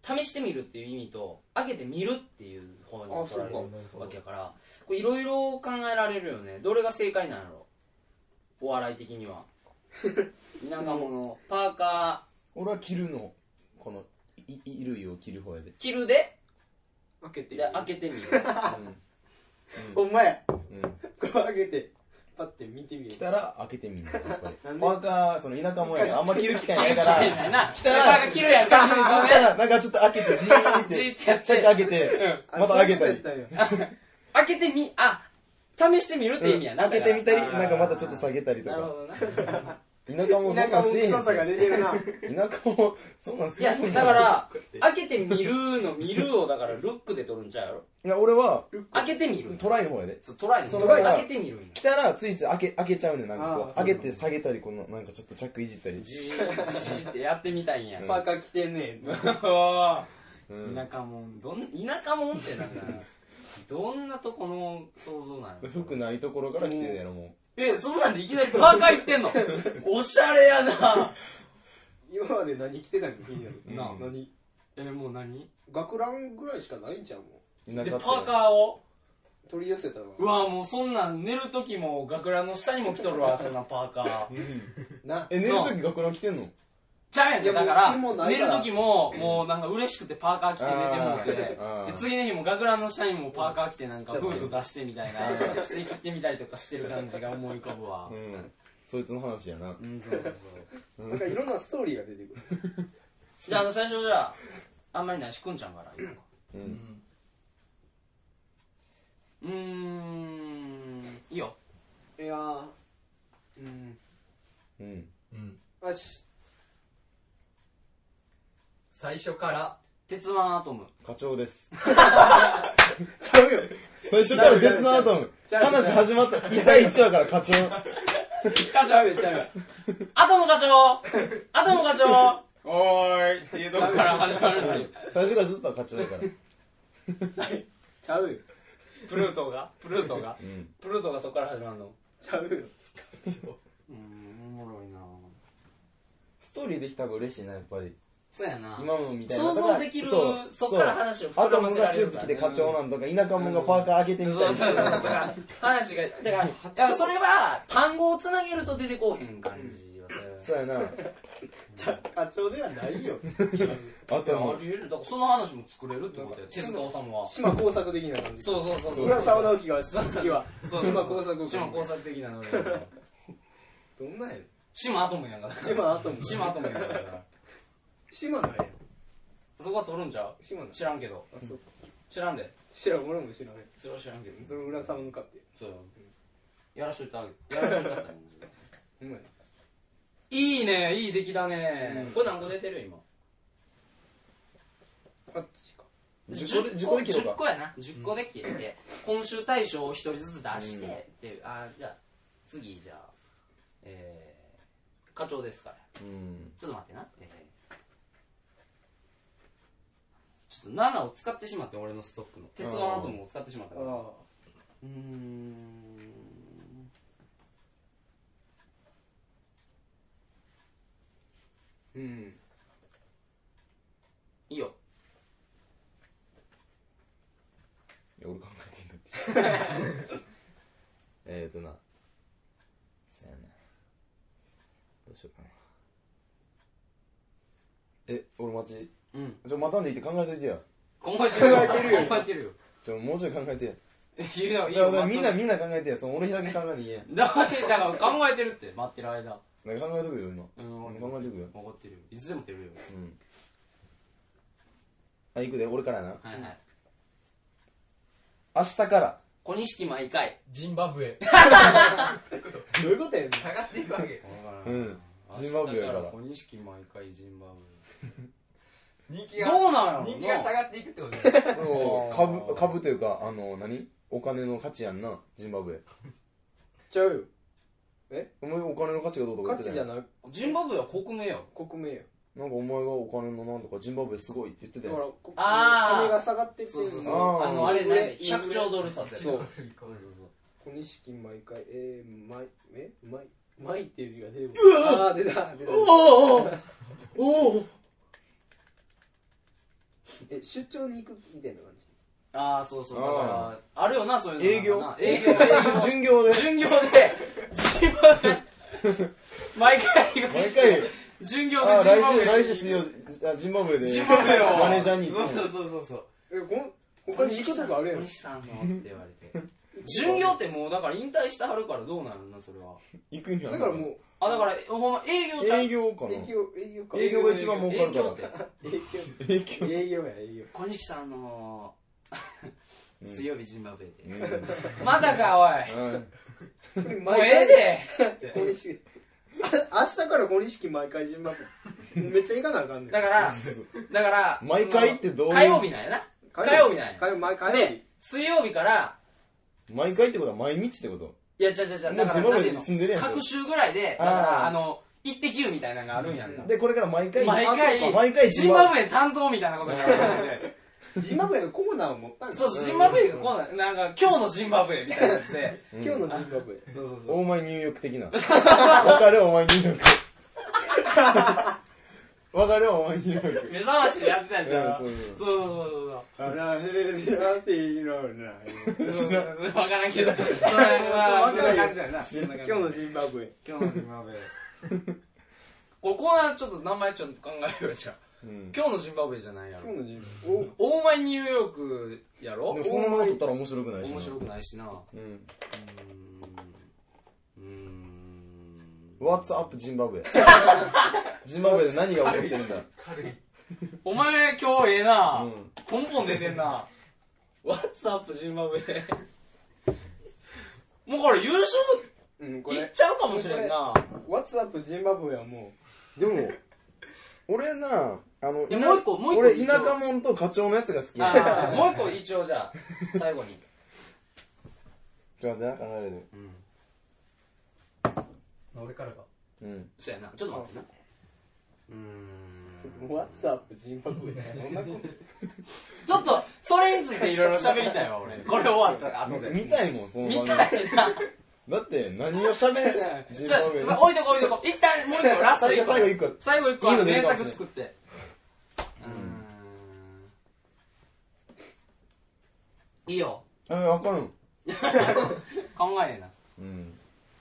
[SPEAKER 1] 試してみるっていう意味と開けてみるっていう方に取られるわけやから、これいろいろ考えられるよね。どれが正解なんやろ、お笑い的には。なんかもうパーカ
[SPEAKER 4] ー俺は着るのこのい衣類を着る方やで。
[SPEAKER 1] 着るで
[SPEAKER 3] 開けて
[SPEAKER 1] で開けてみる。
[SPEAKER 3] ほんまや、
[SPEAKER 4] うん、
[SPEAKER 3] こう開けてパッて見てみる。
[SPEAKER 4] 着たら開けてみるやっぱり。パーカーその田舎もんやからあんま着る機会ないか
[SPEAKER 1] 着る機会ないな。着たら着るやんか。
[SPEAKER 4] そしたらなんかちょっと開けてじーって
[SPEAKER 1] じーってやって
[SPEAKER 4] チェック開けて、また開けたり
[SPEAKER 1] 開けてみ、あ、試してみるって意味やな、
[SPEAKER 4] うん、開けてみたりなんかまたちょっと下げたりとか。
[SPEAKER 1] なるほどな。
[SPEAKER 4] 田舎もそんなんしてへん。
[SPEAKER 3] 田舎も臭さが出てるな。
[SPEAKER 4] 田舎もそんなんして
[SPEAKER 1] いや、だから開けてみるの見るをだからルックで取るんちゃうやろ。
[SPEAKER 4] いや俺は
[SPEAKER 1] 開けてみる。
[SPEAKER 4] トライの方やで。
[SPEAKER 1] そう、トライの
[SPEAKER 4] そ
[SPEAKER 1] 方。開けてみるんや。
[SPEAKER 4] 来たらついつい開け開けちゃうねん。なんかこう
[SPEAKER 3] あー
[SPEAKER 4] 開けて下げたりこのなんかちょっとチャックいじったり。
[SPEAKER 1] じーじーってやってみたいんや。
[SPEAKER 3] パーカー着てんねん。
[SPEAKER 4] うん
[SPEAKER 1] 田舎もん、どん田舎もんってなんかどんなとこの想像なの。
[SPEAKER 4] 服ないところから来てるやろもう。
[SPEAKER 1] え、そんなんでいきなりパーカー行ってんの。おしゃれやな。
[SPEAKER 3] 今まで何着てたの気になる。
[SPEAKER 1] なあ
[SPEAKER 3] 何
[SPEAKER 1] え、もう何
[SPEAKER 3] 学ランぐらいしかないんちゃうもん。
[SPEAKER 1] で、
[SPEAKER 4] 田舎って
[SPEAKER 1] パーカーを
[SPEAKER 3] 取り寄せたわ。
[SPEAKER 1] うわ、もうそんなん寝るときも学ランの下にも着とるわ、そんなパーカー。
[SPEAKER 3] な。
[SPEAKER 4] え寝る時学ラン着てんの？
[SPEAKER 1] ちゃうやんね。
[SPEAKER 3] いや
[SPEAKER 1] だから、
[SPEAKER 3] もう着もないから
[SPEAKER 1] 寝るときも、もうなんか嬉しくてパーカー着て寝てもうて、
[SPEAKER 4] あー
[SPEAKER 1] で次の日も学ランの下にもパーカー着てなんかフード出してみたいな、して切ってみたりとかしてる感じが思い浮かぶわ
[SPEAKER 4] う。ん。そいつの話やな。
[SPEAKER 1] うん、そうそうそう。
[SPEAKER 3] なんかいろんなストーリーが出てくる。
[SPEAKER 1] じゃあ、あの、最初じゃあ、あんまりないし、くんちゃんから言おうか。
[SPEAKER 4] うん。
[SPEAKER 1] うーん、いいよ。
[SPEAKER 3] いやー、うん。
[SPEAKER 4] うん。
[SPEAKER 2] うん。
[SPEAKER 3] よし。
[SPEAKER 2] 最初から
[SPEAKER 1] 鉄腕アトム。
[SPEAKER 4] 課長です。
[SPEAKER 3] ちゃうよ。
[SPEAKER 4] 最初から鉄腕アトム。
[SPEAKER 3] ちゃう
[SPEAKER 4] 話始まった。だいいちわから課長。
[SPEAKER 1] 課
[SPEAKER 3] ちゃうよ、ちゃうよ。
[SPEAKER 1] アトム課長アトム課長おーいっていうとこから始まるのに。
[SPEAKER 4] 最初からずっと課長やから。
[SPEAKER 3] ちゃうよ。
[SPEAKER 1] プルートがプルートが
[SPEAKER 4] うん。
[SPEAKER 1] プルートがそこから始まるの。
[SPEAKER 3] ちゃうよ。
[SPEAKER 1] うーん、おもろいな
[SPEAKER 4] ストーリーできた方が嬉しいな、やっぱり。
[SPEAKER 1] そうやな。
[SPEAKER 4] 今のみたいな。
[SPEAKER 1] 想像できる、そっから話を
[SPEAKER 4] アト
[SPEAKER 1] 膨らませ
[SPEAKER 4] ムがスー
[SPEAKER 1] られるからね。
[SPEAKER 4] ツ着て課長なんとか、田舎者がパーカー開けてみたりして。
[SPEAKER 1] そうそうそうだから話が、だから、だからそれは単語をつなげると出てこうへん感じは
[SPEAKER 4] そうやな。
[SPEAKER 3] ちゃ、課長ではないよ。
[SPEAKER 4] アトム
[SPEAKER 1] あ。り得る。だからその話も作れるってことや。手塚治虫は。
[SPEAKER 3] 島工作的な感じ。
[SPEAKER 1] そうそうそうそう。
[SPEAKER 3] 浦沢直樹が次は
[SPEAKER 1] そうそうそう
[SPEAKER 3] 島工作。
[SPEAKER 1] 島工作的なので。
[SPEAKER 3] どんなんやねん。
[SPEAKER 1] 島アトムやんか。
[SPEAKER 3] 島アトム。
[SPEAKER 1] 島アトムやんか。だから
[SPEAKER 3] 島なんや。
[SPEAKER 1] そこは取るんちゃう
[SPEAKER 3] 島なんや。
[SPEAKER 1] 知らんけど。
[SPEAKER 3] あ、そう。
[SPEAKER 1] 知らんで。
[SPEAKER 3] 知らん、俺も知らん。
[SPEAKER 1] それは知らんけど。
[SPEAKER 3] それ浦沢向かって。
[SPEAKER 1] そうよ。やらしといてあげやらしといてあったらいいんだよ
[SPEAKER 3] ほんまや。
[SPEAKER 1] いいね、いい出来だね。これ何個出てる今。
[SPEAKER 3] あっちか。
[SPEAKER 4] じゅっこで、じゅっこで切ろう
[SPEAKER 1] じゅっ
[SPEAKER 4] か。
[SPEAKER 1] こやな。じゅっこで切れて、今週大賞を一人ずつ出して、っていう、あ、じゃあ、次、じゃあ、えー、課長ですから。
[SPEAKER 4] うん。
[SPEAKER 1] ちょっと待ってな。えーちょっとななを使ってしまって、俺のストックの。鉄腕アトムを使ってしまったから。
[SPEAKER 3] ああ。
[SPEAKER 1] うーん。
[SPEAKER 3] うん。
[SPEAKER 1] いいよ。
[SPEAKER 4] いや、俺考えてんだって。えーとな。そやな。どうしようかな。え、俺待ち。
[SPEAKER 1] うん。
[SPEAKER 4] ちょ、待たんでいいって考えといてや。
[SPEAKER 1] 考えてるよ。
[SPEAKER 3] 考えてるよ
[SPEAKER 1] 考えてるよ。
[SPEAKER 4] ちょ、もうちょい考えてや。
[SPEAKER 1] いいよ、いい
[SPEAKER 4] じゃ
[SPEAKER 1] よ。
[SPEAKER 4] あ、みんな、みんな考えてや。その俺だけ考えていいや。
[SPEAKER 1] だから、だから考えてるって、待ってる間。
[SPEAKER 4] なんか考えとくよ、今。
[SPEAKER 1] うん、
[SPEAKER 4] 考えとくよ。
[SPEAKER 1] 分かってるよ。いつでも出るよ。
[SPEAKER 4] うん。あ、行くで、俺からやな。
[SPEAKER 1] はいはい。
[SPEAKER 4] 明日から。
[SPEAKER 1] 小錦毎回。
[SPEAKER 2] ジンバブエ
[SPEAKER 3] どういうことやねん。
[SPEAKER 2] 下がっていくわけ。
[SPEAKER 4] うんジンバブエやから
[SPEAKER 1] 小錦毎回ジンバ
[SPEAKER 2] 人気が
[SPEAKER 1] ブエ。どうなんやろ
[SPEAKER 2] 人気が下がっていくってことね。
[SPEAKER 4] そう、株、株というか、あの、何お金の価値やんな、ジンバブエ。
[SPEAKER 3] ちゃうよ。
[SPEAKER 4] お前お金の価値がどうとか言ってたやん。
[SPEAKER 3] 価値じゃない。
[SPEAKER 1] ジンバブエは国名よ。
[SPEAKER 3] 国名よ。
[SPEAKER 4] なんかお前がお金のなんとかジンバブエすごいって言ってた
[SPEAKER 3] だから
[SPEAKER 4] やん。、
[SPEAKER 3] こ
[SPEAKER 1] あー
[SPEAKER 3] 金が下がってって
[SPEAKER 1] そうそうそう。
[SPEAKER 4] あー
[SPEAKER 1] あの、あれ
[SPEAKER 3] インフレ
[SPEAKER 1] ね、ひゃくちょうドル札や
[SPEAKER 3] そう
[SPEAKER 1] そうそうそう。
[SPEAKER 3] 小錦毎回、えー、まい、えまい、まいっていう字が出る。うわあー、出た、出た。
[SPEAKER 1] おおおお
[SPEAKER 3] え出張に行くみたいな感じ。
[SPEAKER 1] ああそうそうだからあるよなそういうの
[SPEAKER 4] 営業
[SPEAKER 1] 営業
[SPEAKER 4] 巡業で
[SPEAKER 1] 巡業でジンバブエ毎回行く
[SPEAKER 4] 毎回
[SPEAKER 1] 巡業で
[SPEAKER 4] あ
[SPEAKER 1] ジンバブエ
[SPEAKER 4] 来週来週水曜あジンバブエで
[SPEAKER 1] ジンバブエを
[SPEAKER 4] マネージャーに
[SPEAKER 1] そうそうそうそうそう
[SPEAKER 3] えこん他に行くとこあるやん。
[SPEAKER 1] 小西さんのって言われて巡業ってもうだから引退してはるからどうなるのそれは
[SPEAKER 4] 行くんや
[SPEAKER 3] だからもう
[SPEAKER 1] あだからほんま営業ちゃう
[SPEAKER 4] 営業かな
[SPEAKER 3] 営業営業か。
[SPEAKER 4] 営業が一番儲かるから
[SPEAKER 1] 営業って
[SPEAKER 3] 営
[SPEAKER 4] 営業
[SPEAKER 3] 業営業や営業。
[SPEAKER 1] 小西さんの水曜日ジンバブエで
[SPEAKER 4] うん
[SPEAKER 1] まだかおい
[SPEAKER 4] うん
[SPEAKER 1] もうええで
[SPEAKER 3] 小西あ明日から小西毎回ジンバブエめっちゃ行かなあかんねん。
[SPEAKER 1] だからだから
[SPEAKER 4] 毎回ってどういう
[SPEAKER 1] 火曜日なんやな火曜日なんや
[SPEAKER 3] 火曜毎火曜
[SPEAKER 1] で
[SPEAKER 3] 日。
[SPEAKER 1] 水曜日から
[SPEAKER 4] 毎回ってことは毎日ってこと
[SPEAKER 1] いや違う違う違う
[SPEAKER 4] もう
[SPEAKER 1] だから
[SPEAKER 4] ジンバブエに
[SPEAKER 1] なんていうの
[SPEAKER 4] 住んでるやん
[SPEAKER 1] 各週ぐらいでだから
[SPEAKER 4] あー
[SPEAKER 1] あのイッテ Q みたいなのがあるんやんか
[SPEAKER 4] でこれから毎回
[SPEAKER 1] 毎
[SPEAKER 4] あそう
[SPEAKER 1] 回
[SPEAKER 4] か毎回
[SPEAKER 1] ジンバブエ担当みたいなことになるんで
[SPEAKER 3] ジンバブエのコーナーを持ったんか。
[SPEAKER 1] そうそうジンバブエがこうななんか今日のジンバブエみたいなやつで
[SPEAKER 3] 今日のジンバブエ。
[SPEAKER 1] そうそうそう
[SPEAKER 4] 大前入浴的なわかるお前入浴わかるお前入浴
[SPEAKER 1] 目覚ましでやってたやつやろ
[SPEAKER 4] そう
[SPEAKER 1] そうそうそう
[SPEAKER 3] あらへりゃていろな。
[SPEAKER 1] そうそうそう分からんけどそれはそんな感じやなそんな感じ
[SPEAKER 3] 今日のジンバブエ。
[SPEAKER 1] 今日のジンバブエこれコーナーちょっと名前ちょっと考えようじゃん
[SPEAKER 4] うん
[SPEAKER 1] 今日のジンバブエじゃないやろ
[SPEAKER 3] 今日のジンバブエ。
[SPEAKER 1] 大前ニューヨークやろ
[SPEAKER 4] でもそのまま撮ったら面白くないしな
[SPEAKER 1] 面白くないしなう
[SPEAKER 4] うん
[SPEAKER 1] ーんうーん
[SPEAKER 4] What's up ジンバブエジンバブエで何が起こってるんだ
[SPEAKER 2] 軽い
[SPEAKER 1] お前今日ええな、
[SPEAKER 4] うん
[SPEAKER 1] ポンポン出てんな What's up ジンバブエもうこれ優勝
[SPEAKER 3] うんこれ。
[SPEAKER 1] いっちゃうかもしれんな
[SPEAKER 3] What's up ジンバブエはも
[SPEAKER 4] でも俺なあの
[SPEAKER 1] いやもう一個もう一個
[SPEAKER 4] 俺
[SPEAKER 1] 一応
[SPEAKER 4] 田舎者と課長のやつが好きや
[SPEAKER 1] あーもう一個一応じゃあ最後に
[SPEAKER 4] ちょっと待ってな考える
[SPEAKER 1] うん
[SPEAKER 2] 俺からか
[SPEAKER 4] うん
[SPEAKER 1] そうやなちょっと待ってなうーん
[SPEAKER 3] う What's up ジンバブエ。そんなこと
[SPEAKER 1] ちょっとそれについていろいろ喋りたいわ俺これ終わった後で
[SPEAKER 4] 見たいもんその
[SPEAKER 1] 見
[SPEAKER 4] 番組
[SPEAKER 1] たいな
[SPEAKER 4] だって何を喋るジン
[SPEAKER 1] じゃあ
[SPEAKER 4] バブエ
[SPEAKER 1] 置いとこう置いとこう一旦もう一個ラスト
[SPEAKER 4] 最
[SPEAKER 1] 一個
[SPEAKER 4] 後最後一個
[SPEAKER 1] 最後一個
[SPEAKER 4] いいの出
[SPEAKER 1] 名
[SPEAKER 4] るかもしれない
[SPEAKER 1] 作作ってうーんいいよ
[SPEAKER 4] あわかん
[SPEAKER 1] 考ええな
[SPEAKER 4] うん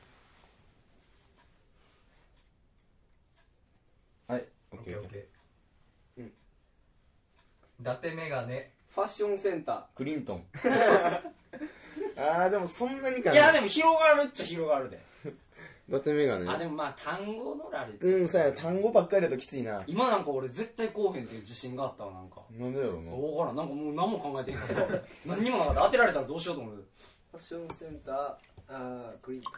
[SPEAKER 4] はいオッケーオッケー
[SPEAKER 2] オッケーオッケー伊達メガネ
[SPEAKER 3] ファッションセンタ
[SPEAKER 4] クリントンあーでもそんなにかない
[SPEAKER 1] やでも広がるっちゃ広がるで
[SPEAKER 4] 伊達メガネ
[SPEAKER 1] あでもまあ単語の羅列
[SPEAKER 4] うんそうや単語ばっかりだときついな
[SPEAKER 1] 今なんか俺絶対こうへんっていう自信があったわなんか
[SPEAKER 4] なんでやろうな
[SPEAKER 1] 分からんなんかもう何も考えてへんかった何にもなかった当てられたらどうしようと思う
[SPEAKER 3] ー。ファッションセンター、あー、クリントン。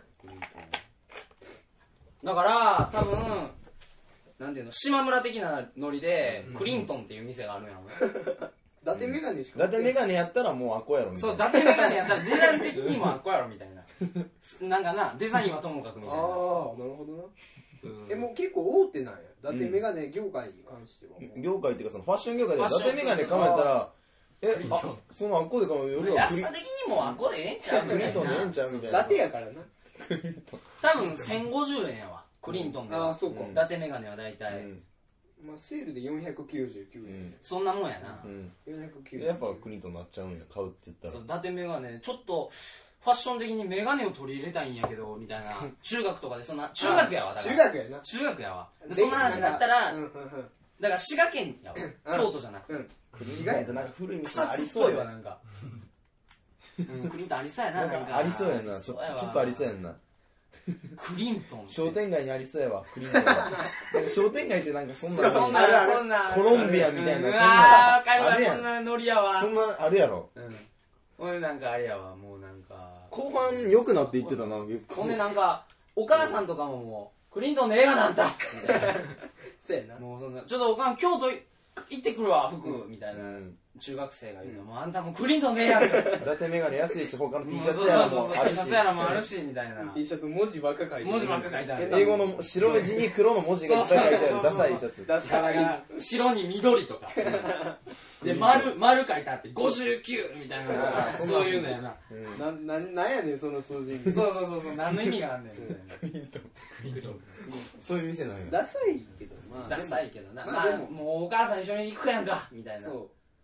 [SPEAKER 1] だから多分なんていうの島村的なノリでクリントンっていう店があるんやろね
[SPEAKER 3] 伊達メガネしか
[SPEAKER 4] 伊達メガネやったらもうあこやろみた
[SPEAKER 1] そ
[SPEAKER 4] いうな
[SPEAKER 1] 伊達メガネやったら値段的にもあっこやろみたいななんかなデザインはともかくみたいな
[SPEAKER 3] ああ、なるほどな。
[SPEAKER 1] うん
[SPEAKER 3] え、もう結構大手なんや。伊達メガネ業界に関してはもう。
[SPEAKER 4] 業界っていうかそのファッション業界で伊
[SPEAKER 1] ファッション
[SPEAKER 4] 達メガネかめたらえあそのあっこでかめよりはクリ
[SPEAKER 1] 安さ的にもあっこでええんちゃうみ
[SPEAKER 4] クリ
[SPEAKER 1] たいな
[SPEAKER 4] ントンでええんちゃうみたい
[SPEAKER 3] 伊
[SPEAKER 4] な
[SPEAKER 3] 達やからな。
[SPEAKER 1] 多分せんごじゅうえんやわクリントンで
[SPEAKER 3] ああ、
[SPEAKER 1] は
[SPEAKER 3] そうか。
[SPEAKER 4] うん
[SPEAKER 1] 伊達メガネは大体
[SPEAKER 4] うん
[SPEAKER 3] まあ、セールでよんひゃくきゅうじゅうきゅうえん。
[SPEAKER 1] そんなもんやな
[SPEAKER 4] うん
[SPEAKER 3] よんひゃくきゅうじゅう
[SPEAKER 4] やっぱクリントンなっちゃうんや買うって言ったら
[SPEAKER 1] そう伊達メガネちょっとファッション的にメガネを取り入れたいんやけどみたいな中学とかでそんな中学やわだか
[SPEAKER 3] 中
[SPEAKER 1] ら
[SPEAKER 3] 学やな。
[SPEAKER 1] 中学やわでそんな話になったら
[SPEAKER 3] うんうん
[SPEAKER 1] だから滋賀県やわ京都じゃなくて
[SPEAKER 3] うん。
[SPEAKER 4] クリントンってなんか古い店
[SPEAKER 1] 草
[SPEAKER 4] あり
[SPEAKER 1] 津っぽい
[SPEAKER 4] そうやな
[SPEAKER 1] わなんかうんクリントンありそうやな
[SPEAKER 4] なんかありそうやなちょ
[SPEAKER 1] そうやわ
[SPEAKER 4] ちょっとありそうやんな
[SPEAKER 1] クリントンって
[SPEAKER 4] 商店街にありそうやわクリントンはなんか商店街ってなんかそんな
[SPEAKER 1] そんなそんな
[SPEAKER 4] コロンビアみたいな
[SPEAKER 1] うん
[SPEAKER 4] そんな
[SPEAKER 1] あーわかる
[SPEAKER 4] あるやん
[SPEAKER 1] わそんなノリやわ
[SPEAKER 4] そんなあるやろ
[SPEAKER 1] うん俺なんかあれやわもうなんか
[SPEAKER 4] 後半良くなっていってたな
[SPEAKER 1] ほんでなんかお母さんとかももうクリントンの映画なんだみたいな
[SPEAKER 3] そうやな。
[SPEAKER 1] もうそんなちょっとおかん京都行ってくるわ服みたいな
[SPEAKER 4] うん
[SPEAKER 1] 中学生が言うともうあんたもうクリントンでええやんか
[SPEAKER 4] 伊達メガネ安いし他の T シャ
[SPEAKER 1] そう
[SPEAKER 4] ツやら
[SPEAKER 1] そうそう
[SPEAKER 4] もあ
[SPEAKER 1] T
[SPEAKER 4] るし
[SPEAKER 1] シャツやらもあるしみたいな
[SPEAKER 3] T シャツ文字ばっか書いてる。
[SPEAKER 1] 文字ばっか書いてある
[SPEAKER 4] 英語の白い字に黒の文字がいっぱい書いてあるダサいシャツ
[SPEAKER 3] ダサい。
[SPEAKER 1] 白に緑とかで丸丸書いてあってごじゅうきゅうみたいな
[SPEAKER 4] あー
[SPEAKER 1] そういうのやな
[SPEAKER 4] うん
[SPEAKER 3] な、な、なんやねん、その数字。
[SPEAKER 1] そうそうそうそう何の意味があんねんみたいな
[SPEAKER 4] クリントンそういう店なんや
[SPEAKER 3] ダサいけど、まあ。
[SPEAKER 1] ダサいけどな、
[SPEAKER 3] ま
[SPEAKER 1] まあ
[SPEAKER 3] あでも
[SPEAKER 1] もうお母さん一緒に行くやんかみたいな
[SPEAKER 3] そう。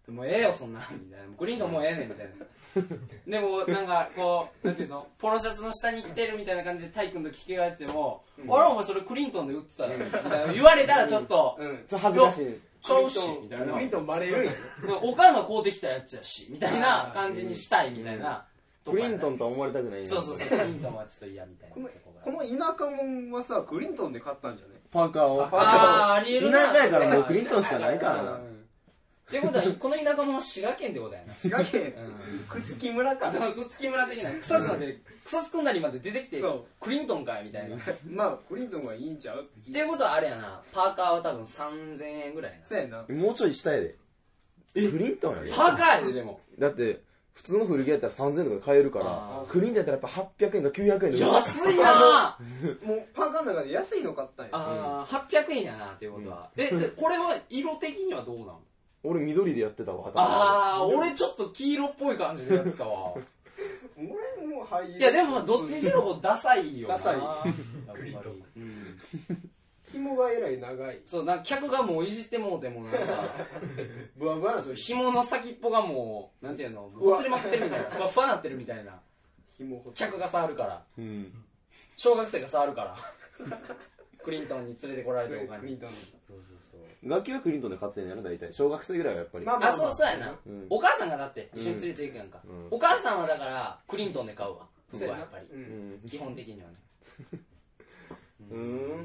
[SPEAKER 1] もうええよそんなみたいな、クリントンもうええねんみたいな。でもなんかこうなんていうの、ポロシャツの下に着てるみたいな感じで体育の時着替えても、うん、俺お前それクリントンで売ってたよみたいな言われたらちょっと、
[SPEAKER 4] うんうん、ちょっと恥ずかしい。
[SPEAKER 1] ちゃうしみたいな。
[SPEAKER 3] クリントンバレるんや。
[SPEAKER 1] 岡山買うてきたやつやしみたいな感じにしたいみたいな。
[SPEAKER 4] クリントンとは思われたくない。
[SPEAKER 1] そうそうそう、クリントンはちょっと嫌みたいな。
[SPEAKER 3] このこの田舎もんはさ、クリントンで買ったんじゃね？
[SPEAKER 4] パーカーを。
[SPEAKER 1] ああ、ありえるな。
[SPEAKER 4] 田舎やからもうクリントンしかないからな。
[SPEAKER 1] ってことは、この田舎も滋賀県ってことやな。
[SPEAKER 3] 滋賀県朽木村か。
[SPEAKER 1] そう、朽木村的な。草津まで、草津くんなりまで出てきて、クリントンかいみたいな。
[SPEAKER 3] まあ、クリントンがいいんちゃうって聞いて。
[SPEAKER 1] っていうことはあれやな、パーカーは多分さんぜんえんぐらいやな。
[SPEAKER 3] そうやな。
[SPEAKER 4] もうちょい下やで。えクリントンやで。
[SPEAKER 1] パーカーやで、でも。
[SPEAKER 4] だって、普通の古着やったらさんぜんえんとかで買えるから、クリントンやったらやっぱはっぴゃくえんかきゅうひゃくえんで
[SPEAKER 1] 安いな
[SPEAKER 3] ぁもうパーカーの中で安いの買ったんや。
[SPEAKER 1] ああ、はっぴゃくえんやなっていうことは。え、これは色的にはどうなの？
[SPEAKER 4] 俺緑でやってたわ。
[SPEAKER 1] ああ、俺ちょっと黄色っぽい感じでやってたわ。
[SPEAKER 3] 俺も灰色。
[SPEAKER 1] いやでもどっちにしろダサいよな。
[SPEAKER 3] ダサい。
[SPEAKER 1] クリントン。
[SPEAKER 3] 紐がえらい長い。
[SPEAKER 1] そう、なんか客がもういじってもうてもなんか、
[SPEAKER 3] ブワブワな、それ。
[SPEAKER 1] 紐の先っぽがもう、なんていうの、ほつれまくってるみたいな。ふわふわなってるみたいな。
[SPEAKER 3] 紐ほ
[SPEAKER 1] 客が触るから。
[SPEAKER 4] うん。
[SPEAKER 1] 小学生が触るから。クリントンに連れてこられてお金。
[SPEAKER 3] クリントンに。
[SPEAKER 1] そうそうそう。
[SPEAKER 4] 楽器はクリントンで買ってんのやろ大体。小学生ぐらいはやっぱり。
[SPEAKER 1] まあまあ、あ、そうそうやな、
[SPEAKER 4] うん。
[SPEAKER 1] お母さんがだって一緒に連れて行くやんか。うん、お母さんはだからクリントンで買うわ。そうやっぱり、うん。基本的にはね。
[SPEAKER 4] うん、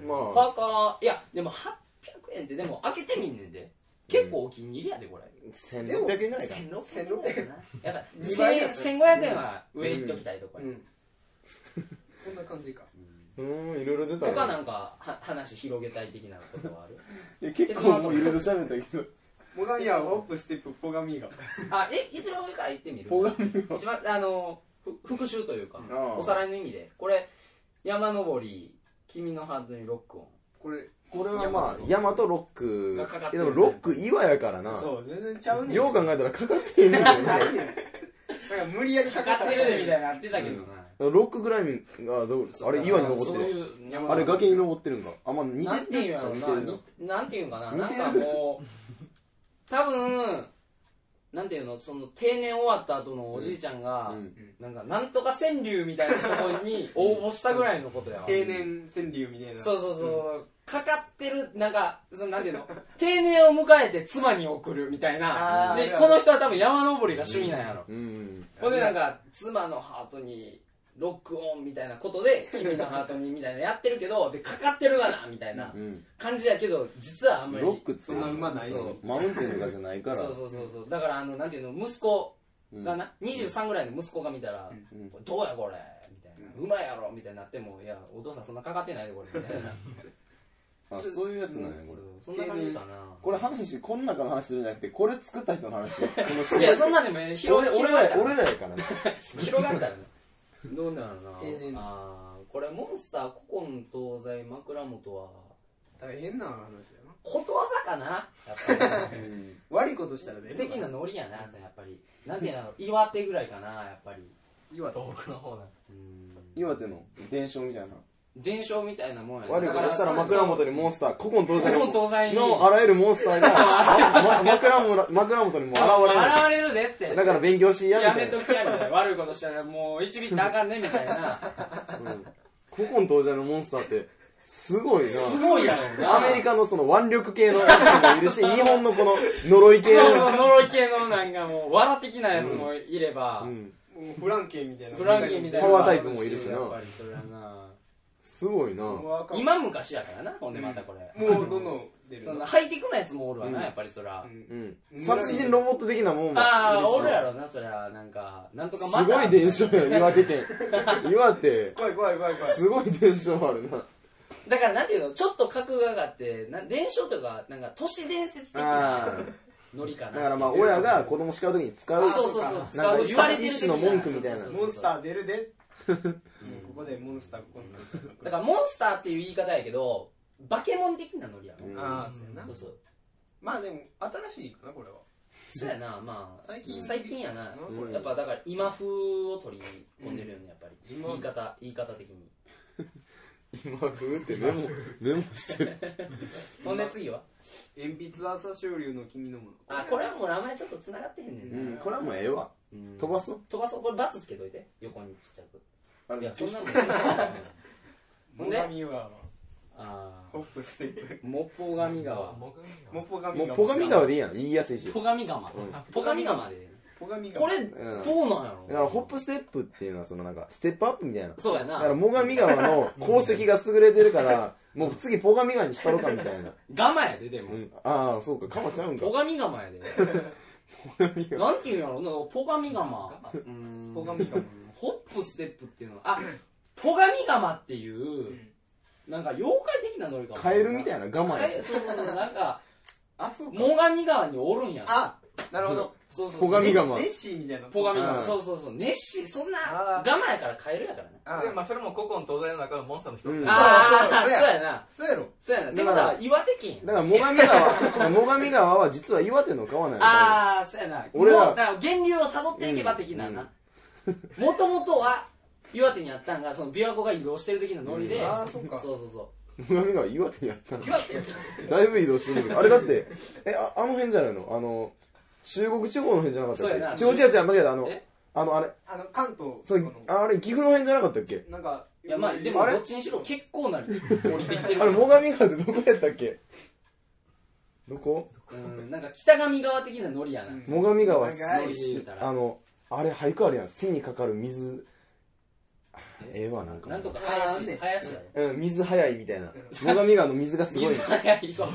[SPEAKER 4] まあ。
[SPEAKER 1] パーカー、いや、でもはっぴゃくえんってでも開けてみんねんで。結構お気に入りやで、これ。
[SPEAKER 4] せんろっぴゃくえんぐらいか。
[SPEAKER 1] せんろっぴゃくえんかな。やっぱ、せんごひゃくえんは上行っときたいとこや。うん。
[SPEAKER 3] そんな感じか。
[SPEAKER 4] うん、いろいろ出たね。
[SPEAKER 1] 他なんかは話広げたい的なことはある？
[SPEAKER 4] いや結構もういろいろ喋ったけど。
[SPEAKER 3] ポガミはホップステップポガミが。
[SPEAKER 1] あ、え、一番上から言ってみる？
[SPEAKER 4] ポガミが。
[SPEAKER 1] 一番、あの、復習というか、おさらいの意味で。これ、山登り、君のハートにロックオン。
[SPEAKER 3] これ、
[SPEAKER 4] これはまあ、山とロック。
[SPEAKER 1] がかかって
[SPEAKER 4] る。でもロック岩やからな。
[SPEAKER 3] そう、全然ちゃうねん。
[SPEAKER 4] よう考えたらかかってへんねんけどね。
[SPEAKER 3] なんか無理やり
[SPEAKER 1] かかってるでみたいななってたけどな。
[SPEAKER 4] ロックグライミングがどうですか？あれ岩に登ってる。あれ崖に登ってるんか。あ、まあ似てるっちゃ似てる
[SPEAKER 1] な。なんていうんかな。なんかもう、多分、なんていうの、その定年終わった後のおじいちゃんが、なんか、なんとか川柳みたいなところに応募したぐらいのことやわ。
[SPEAKER 3] 定年川柳みたいな。
[SPEAKER 1] そうそうそう。かかってる、なんか、そのなんていうの、定年を迎えて妻に送るみたいな。で、この人は多分山登りが趣味なんやろ。ほんでなんか、妻のハートに、ロックオンみたいなことで君のハートにみたいなやってるけどでかかってるがなみたいな感じやけど実はあんまり
[SPEAKER 4] ロックって
[SPEAKER 3] そんな馬ないし
[SPEAKER 4] マウンテンとかじゃないから
[SPEAKER 1] そうそうそうそうだからあのなんていうの息子がな、うん、にじゅうさんぐらいの息子が見たら、うん、どうやこれみたいな、うん、うまいやろみたいになってもいやお父さんそんなかかってないでこれみたいな
[SPEAKER 4] あそういうやつなんやこれ
[SPEAKER 1] そんな感じかな
[SPEAKER 4] これ話こん中の話するんじゃなくてこれ作った人の話こ
[SPEAKER 1] のいやそんなんでも広が
[SPEAKER 4] 俺ら俺らやからね
[SPEAKER 1] 広がったらねどうなるなあこれモンスター古今東西枕元は
[SPEAKER 3] 大変な話やな
[SPEAKER 1] ことわざかなやっぱり、
[SPEAKER 3] うん、悪いことしたらね
[SPEAKER 1] 的なノリやなやっぱりなんていうの岩手ぐらいかなやっぱり
[SPEAKER 3] 岩手
[SPEAKER 2] 東北の方な
[SPEAKER 4] 岩手の伝承みたいな
[SPEAKER 1] 伝承みたいなもんや
[SPEAKER 4] 悪いことしたら枕元にモンスター古今東西
[SPEAKER 1] 古今東西
[SPEAKER 4] のあらゆるモンスターが枕元枕元にも現れる
[SPEAKER 1] 現れるでって
[SPEAKER 4] だから勉強しやみたいな
[SPEAKER 1] やめときやみたいな悪いことしたらもう一ビってあかんねみたいな、
[SPEAKER 4] うん、古今東西のモンスターってすごいな
[SPEAKER 1] すごいやろな
[SPEAKER 4] アメリカのその腕力系のやつもいるし日本のこの呪い系の
[SPEAKER 1] そう呪い系のなんかもう藁的なやつもいれば、
[SPEAKER 3] うんうん、フランケンみたいな
[SPEAKER 1] フランケンみたいな
[SPEAKER 4] パワータイプもいるしな
[SPEAKER 1] やっぱりそれはな
[SPEAKER 4] すごいな
[SPEAKER 1] 今昔やからなほんでまたこれ、
[SPEAKER 3] うん、もうどんどん出る
[SPEAKER 1] そんなハイテクなやつもおるわな、うん、やっぱりそら、
[SPEAKER 4] うんうん、殺人ロボット的なもんもいるし
[SPEAKER 1] ああおるやろなそりゃなんかなんとか
[SPEAKER 4] またすごい伝承や岩手県岩手
[SPEAKER 3] 怖い怖い怖い怖い
[SPEAKER 4] すごい伝承あるな
[SPEAKER 1] だからなんていうのちょっと格が上がってな伝承とかなんか都市伝説的なノリかな
[SPEAKER 4] だからまあ親が子供叱る時に使う
[SPEAKER 1] そうそうそう
[SPEAKER 4] 使う言われてる一種の文句みたいな
[SPEAKER 3] モンスター出るでここでモンスターここ
[SPEAKER 1] だからモンスターっていう言い方やけどバケモン的なノリやろ、
[SPEAKER 3] うん、ああそうやな
[SPEAKER 1] そうそう
[SPEAKER 3] まあでも新しいかなこれは
[SPEAKER 1] そうやなまあ
[SPEAKER 3] 最近
[SPEAKER 1] 最近やな、うん、やっぱだから今風を取り込んでるよねやっぱり、うん、言い方言い方的に
[SPEAKER 4] 今風ってメモメモしてる
[SPEAKER 1] ほんで次は
[SPEAKER 3] 鉛筆朝青龍の君のもの。
[SPEAKER 1] あ、これはもう名前ちょっっと繋がってへんねんな、
[SPEAKER 4] うん、これはもうええわ、うん、飛ばすの
[SPEAKER 1] 飛ばそう。これバツつけといて横にちっちゃく。
[SPEAKER 4] あれ
[SPEAKER 1] いやそんなもんほんで
[SPEAKER 3] 最上川
[SPEAKER 1] あ
[SPEAKER 3] ホップステップ
[SPEAKER 1] モポガミ川
[SPEAKER 3] モポガミ川
[SPEAKER 4] もうポガミ川でいいやん、言いやすいし
[SPEAKER 1] ポガミ川、うん、ポガミ川で
[SPEAKER 3] ポガミ川
[SPEAKER 1] これ、うん、どうなんやろ。
[SPEAKER 4] だからホップステップっていうのはそのなんかステップアップみたいな。
[SPEAKER 1] そうやな。
[SPEAKER 4] だから最上川の功績が優れてるからもう次ポガミ川にしたろかみたいな。
[SPEAKER 1] ガマやででも、うん、
[SPEAKER 4] ああそうか、カマちゃうんか。
[SPEAKER 1] ポガミガマやでなんていうんやろな、ポガミガマ。うん、
[SPEAKER 3] ポガミガマ。
[SPEAKER 1] ホップステップっていうのは、あ、ポガミガマっていう、うん、なんか妖怪的なノリかも。
[SPEAKER 4] カエルみたいなガマやし。
[SPEAKER 1] そうそうそう、なんか、
[SPEAKER 3] あ、そうか。
[SPEAKER 1] 最上川におるんや。
[SPEAKER 3] あ、なるほど。
[SPEAKER 1] そうそう。
[SPEAKER 4] ポガミガマ。
[SPEAKER 3] ネッシーみたいな。
[SPEAKER 1] ポガミガマ。そうそうそう。ネッシー、そんな、ガマやからカエルやからね。
[SPEAKER 2] でもまあそれも古今東西の中のモンスターの一つ。
[SPEAKER 1] ああ、そうやな。
[SPEAKER 3] そうやろ。
[SPEAKER 1] そうやな。ってことは岩手県。
[SPEAKER 4] だから最上川、最上川は実は岩手の川なんや。
[SPEAKER 1] ああ、そうやな。俺は、だから源流を辿っていけば的なな。もともとは岩手にあったんが、その琵琶湖が移動してる的なノリで。
[SPEAKER 3] ああ、そうか。
[SPEAKER 1] そうそうそう。
[SPEAKER 4] 最上川岩手にあったの。
[SPEAKER 3] 岩手
[SPEAKER 4] だいぶ移動してるけど、あれだって、え、あ、あの辺じゃないの、あの、中国地方の辺じゃなかったっけ。そうやな。中国地方じゃ間違えた、あの、あの、あれ。
[SPEAKER 3] あの、関東。
[SPEAKER 4] そう、あれ、岐阜の辺じゃなかったっけ。
[SPEAKER 3] なんか、
[SPEAKER 1] いや、まあ、でも、どっちにしろ結構な降りてきてる。
[SPEAKER 4] あれ、最上川ってどこやったっけ。どこ。
[SPEAKER 1] うん、なんか北上川的なノリやな。
[SPEAKER 4] 最上川、
[SPEAKER 1] あ
[SPEAKER 4] の、あれ、俳句あるやん、背にかかる水。ええわ、なんか。
[SPEAKER 1] なんとか林で、林や
[SPEAKER 4] ろ。うん、水早いみたいな。最上川の水がすごい。
[SPEAKER 1] 水早い。そう。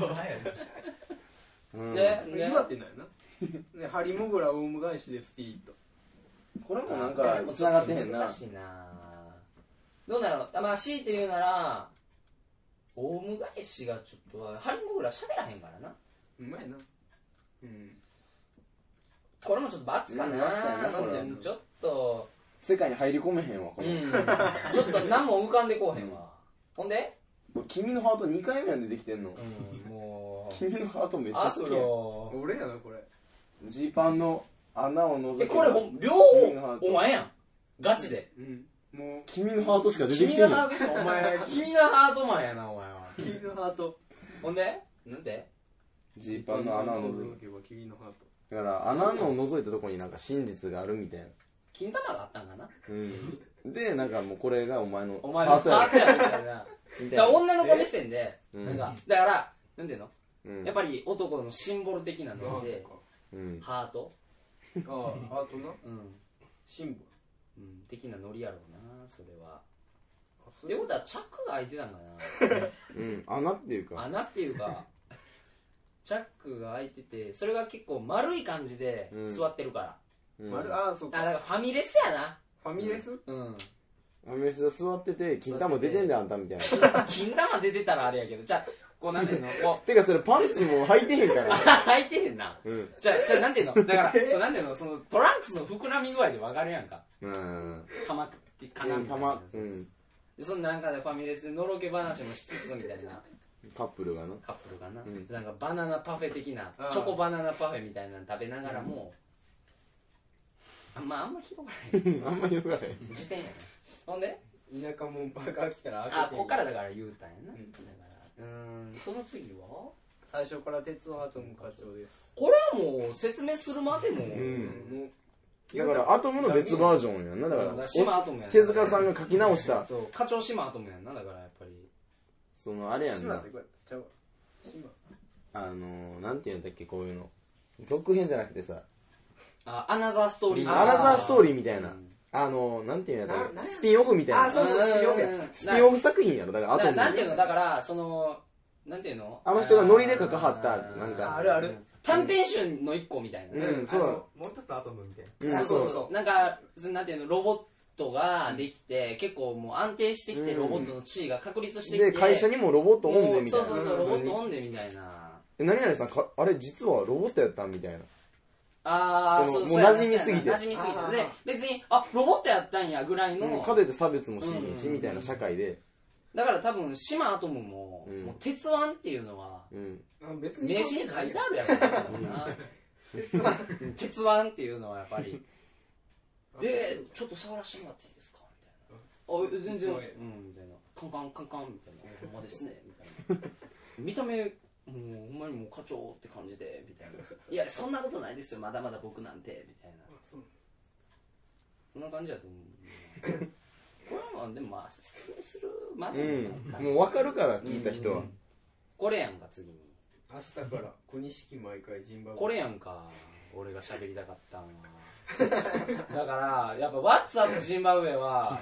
[SPEAKER 3] で、岩手なんやな。で、ハリモグラオウム返しでスピリット。
[SPEAKER 4] これもなんか、繋がってへんな。
[SPEAKER 1] 難しいな。どうなの、まあ、強いて言うなら、オウム返しがちょっと、ハリモグラ喋らへんからな。
[SPEAKER 3] うまいな。うん。
[SPEAKER 1] これもちょっと罰かな。ちょっと。
[SPEAKER 4] 世界に入り込めへんわ、
[SPEAKER 1] この、うん、ちょっと何も浮かんでこうへんわ。ほんで
[SPEAKER 4] 君のハートにかいめやんでできてんの、
[SPEAKER 1] うん、もう
[SPEAKER 4] 君のハートめっちゃ好きやん。
[SPEAKER 3] 俺やなこれ。
[SPEAKER 4] ジーパンの穴を覗いて、
[SPEAKER 1] え、これ両方お前やん、ガチで。
[SPEAKER 3] うん、もう
[SPEAKER 4] 君のハートしか出てきてんの。
[SPEAKER 1] 君のハート、お前君のハートマンやな、お前は。
[SPEAKER 3] 君のハート。
[SPEAKER 1] ほんでなんで
[SPEAKER 4] ジーパンの穴を覗いて、
[SPEAKER 3] 君のハート。
[SPEAKER 4] だから穴の覗いたとこになんか真実があるみたいな。
[SPEAKER 1] 金玉があったんかな。
[SPEAKER 4] うん。で、なんかもうこれがお前の
[SPEAKER 1] ハートやみたいな。だから女の子目線で、なんか、だから、なんていうの、やっぱり男のシンボル的なので、ハート。
[SPEAKER 3] ああ、ハートな。
[SPEAKER 1] うん。
[SPEAKER 3] シンボ
[SPEAKER 1] ル。うん、的なノリやろうな、それは。ってことは、チャックが開いてたんかな。
[SPEAKER 4] うん、穴っていうか。
[SPEAKER 1] 穴っていうか、チャックが開いてて、それが結構丸い感じで座ってるから。
[SPEAKER 3] うん、ああ、そうか。
[SPEAKER 1] あ、だからファミレスやな。
[SPEAKER 3] ファミレス？
[SPEAKER 1] うん。
[SPEAKER 4] ファミレスで座ってて、金玉出てんだよ、あんたみたいな。
[SPEAKER 1] 金玉出てたらあれやけど、じゃあ、こうなんていうのこ
[SPEAKER 4] う。てかそれパンツも履いてへんから。
[SPEAKER 1] 履いてへんな。
[SPEAKER 4] うん。
[SPEAKER 1] じゃあ、じゃあなんていうのだから、そうなんていうのそのトランクスの膨らみ具合でわかるやんか。
[SPEAKER 4] うん。
[SPEAKER 1] かまって、かなみたいな。うん。で、そのなんかでファミレスでのろけ話もしつつみたいな。
[SPEAKER 4] カップルがな。
[SPEAKER 1] カップルがな。なんかバナナパフェ的な、チョコバナナパフェみたいなの食べながらも、あんまあんま広がらへん。
[SPEAKER 4] あんま広がらへん。
[SPEAKER 1] 自転やね。ほんで
[SPEAKER 3] 田舎もんバカ来たら
[SPEAKER 1] あ、こっからだから言うたんやな。だからうん、その次は
[SPEAKER 3] 最初から鉄のアトム課長です。
[SPEAKER 1] これはもう説明するまでも、うん、
[SPEAKER 4] だからアトムの別バージョンやんな。だから
[SPEAKER 1] 島アトムやん。
[SPEAKER 4] 手塚さんが書き直した。
[SPEAKER 1] そう、課長島アトムやんな。だからやっぱり
[SPEAKER 4] そのあれやんな。
[SPEAKER 3] 島ってこうやったちゃう。島。
[SPEAKER 4] あのなんていうんだっけこういうの。続編じゃなくてさ。
[SPEAKER 1] あ、アナザーストーリー。
[SPEAKER 4] アナザーストーリーみたいな。あのなんていうんやったスピンオフみたいな。
[SPEAKER 3] あ、そうそう、スピンオフや。
[SPEAKER 4] スピンオフ作品やろ。だからアトム。
[SPEAKER 1] なんていうのだからそのなんていうの
[SPEAKER 4] あの人がノリで書かはったなんか
[SPEAKER 3] あるある
[SPEAKER 1] 短編集の一個みたいな。
[SPEAKER 4] うん、そう。
[SPEAKER 2] もう一つのアトムみたい
[SPEAKER 1] な。そうそうそう。なんかなんていうのロボットができて結構もう安定してきてロボットの地位が確立してきて。
[SPEAKER 4] で会社にもロボットオンでみたいな。
[SPEAKER 1] そうそうそうロボットオンでみたいな。
[SPEAKER 4] 何々さんかあれ実はロボットやったんみたいな。
[SPEAKER 1] ああ、そうそう。
[SPEAKER 4] もう馴染みすぎて。
[SPEAKER 1] 馴染みすぎて。で、別に、あ、ロボットやったんやぐらいの。
[SPEAKER 4] かといって差別もしへんし、みたいな社会で。
[SPEAKER 1] だから多分、島アトムも、もう鉄腕っていうのは、名刺に書いてあるやろな。鉄腕鉄腕っていうのはやっぱり、えー、ちょっと触らせてもらっていいですかみたいな。あ、全然、うん、みたいな。カンカンカンカンみたいな。ほんまですね、みたいな。見た目、 もうほんまにもう課長って感じでみたいな。いやそんなことないですよまだまだ僕なんてみたいな。そんな感じだと思う。これはまあでもまあ説明するまで
[SPEAKER 4] うん、もう分かるから聞いた人は、うん、
[SPEAKER 1] これやんか次に
[SPEAKER 3] 明日から小錦毎回ジンバブエ
[SPEAKER 1] これやんか俺が喋りたかったんはだからやっぱ What's up ジンバブエは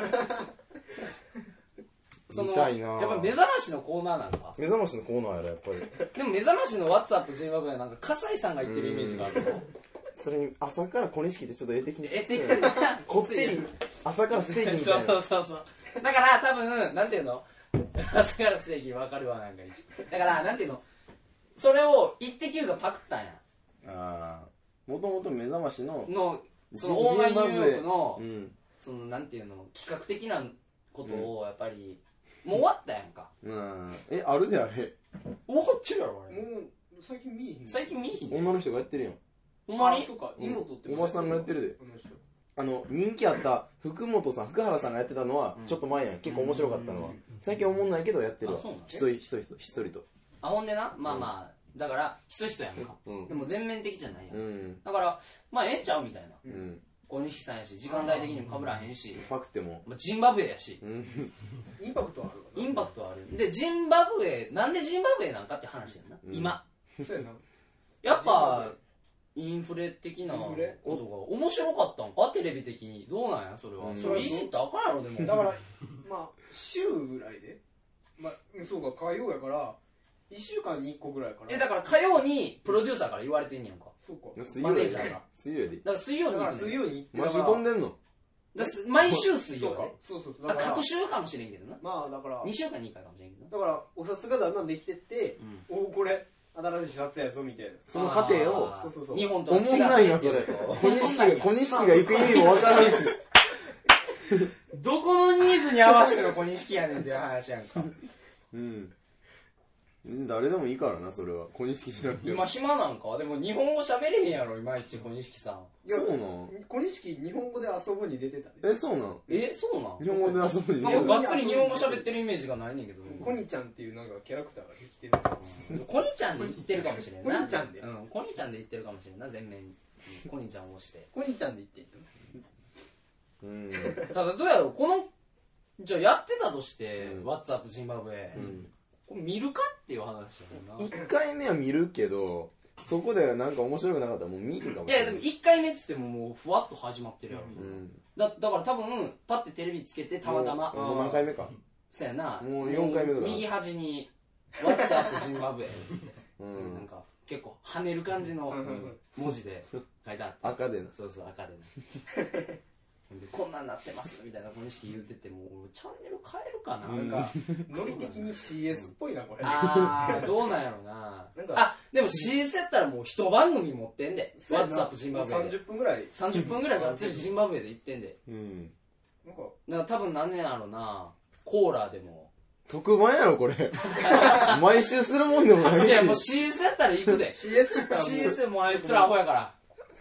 [SPEAKER 1] そのやっぱ目覚ましのコーナーなんか
[SPEAKER 4] 目覚ましのコーナーやろやっぱり。
[SPEAKER 1] でも目覚ましの What's up ジンバブエはなんか笠井さんが言ってるイメージがあるの。
[SPEAKER 4] それに朝から小錦ってちょっと絵的に
[SPEAKER 1] 絵的に
[SPEAKER 4] こってり朝からステーキみたいな。
[SPEAKER 1] そうそうそうそうだから多分なんていうの朝からステーキ分かるわなんか一緒だからなんていうのそれをイッテ Q がパクったんや。あ
[SPEAKER 4] あもともと目覚ましの
[SPEAKER 1] のそのオーマイニューヨークの、うん、そのなんていうの企画的なことをやっぱり、うん、もう終わったやんか。
[SPEAKER 4] うんえあるであれ
[SPEAKER 1] 終わってるやろあれ。
[SPEAKER 3] もう最近見えへん
[SPEAKER 1] 最近見えへん
[SPEAKER 4] 女の人がやってるやん。
[SPEAKER 1] ほんまに？
[SPEAKER 3] そうか、妹って、
[SPEAKER 4] うん、おばさんがやってるで。あの人気あった福本さん福原さんがやってたのはちょっと前やん、うん、結構面白かったのは、うん、最近思んないけどやってるわ。ひそひそひそひっそりと。
[SPEAKER 1] あほんでなまあまあ、うん、だからひそひそやんか、うん、でも全面的じゃないやん、うん、だからまあええんちゃうみたいな、うん、小西さんやし時間帯的にも被らへんし
[SPEAKER 4] パクっても、
[SPEAKER 1] まあ、ジンバブエやし、うん、
[SPEAKER 3] インパクトある
[SPEAKER 1] インパクトあるでジンバブエなんでジンバブエなんかって話やんな、うん、今
[SPEAKER 3] そうやな
[SPEAKER 1] やっぱインフレ的なことが面白かったんかテレビ的にどうなんやそれは、うん、それはいじってあかんやろでも
[SPEAKER 3] だからまあ週ぐらいでまあそうか火曜やからいっしゅうかんにいっこぐらいから
[SPEAKER 1] えだから火曜にプロデューサーから言われてんねやんか、
[SPEAKER 3] そうか
[SPEAKER 1] マネージャーが
[SPEAKER 4] 水曜やで
[SPEAKER 1] だから水曜に
[SPEAKER 3] だから水曜に行って
[SPEAKER 4] マジ飛んでんの
[SPEAKER 1] だ毎週水曜やで
[SPEAKER 3] そうそう
[SPEAKER 1] そう各週かもしれんけどな
[SPEAKER 3] まあだから
[SPEAKER 1] にしゅうかんにいっかいかもしれんけど
[SPEAKER 3] だからお札がだんだんできてって、うん、おこれ新しい札やぞみたいな
[SPEAKER 4] その過程を
[SPEAKER 3] そうそうそう
[SPEAKER 1] 日本とは違って
[SPEAKER 4] 思んないなそれ小錦が小錦が行く意味も分からんし
[SPEAKER 1] どこのニーズに合わせての小錦やねんっていう話やんか
[SPEAKER 4] うん誰でもいいからなそれは小錦じゃなくて
[SPEAKER 1] 今暇なんかでも日本語喋れへんやろいまいち小錦さん
[SPEAKER 4] そうなん
[SPEAKER 3] 小錦日本語で遊ぶに出てた
[SPEAKER 4] えそうなん
[SPEAKER 1] えそうなん
[SPEAKER 4] 日本語で遊ぶに
[SPEAKER 1] なんかがっつり日本語喋ってるイメージがないねんけど
[SPEAKER 3] コニちゃんっていうなんかキャラクターができてる
[SPEAKER 1] コニちゃんで言ってるかもしれんな
[SPEAKER 3] コニちゃんで
[SPEAKER 1] うんコニちゃんで言ってるかもしれんな全面にコニちゃんを押して
[SPEAKER 3] コニちゃんで言って
[SPEAKER 4] うん
[SPEAKER 1] ただどうやろうこのじゃあやってたとして「What's up ジンバブエ」これ見るかっていう話やな。
[SPEAKER 4] いっかいめは見るけどそこでなんか面白くなかったらもう見るかもしれない。
[SPEAKER 1] いやでもいっかいめっつってももうふわっと始まってるやろ、うん、だ, だから多分パッてテレビつけてたまたま
[SPEAKER 4] もう何回目か
[SPEAKER 1] そうやな
[SPEAKER 4] もうよんかいめとか
[SPEAKER 1] 右端に「What's up ジンバブエ」うんなんか結構跳ねる感じの文字で書いてあって
[SPEAKER 4] 赤でな
[SPEAKER 1] そうそう赤でなでこんなんなってますみたいな小錦言っててもチャンネル変えるかな、うん、なんか
[SPEAKER 3] ノリ的に シーエス っぽいなこれ
[SPEAKER 1] ああどうなんやろななんかあでも シーエス やったらもう一番組持ってんで What's up ジンバブエ
[SPEAKER 3] さんじゅっぷんぐらい
[SPEAKER 1] さんじゅっぷんぐらいがっつりジンバブエで行ってんで
[SPEAKER 4] うん
[SPEAKER 1] なんかなんか多分何年やろなコーラでも
[SPEAKER 4] 特番やろこれ毎週するもんでもないし
[SPEAKER 1] いやもう シーエス やったら行くで
[SPEAKER 3] シーエス やったら
[SPEAKER 1] シーエス もあいつらアホやから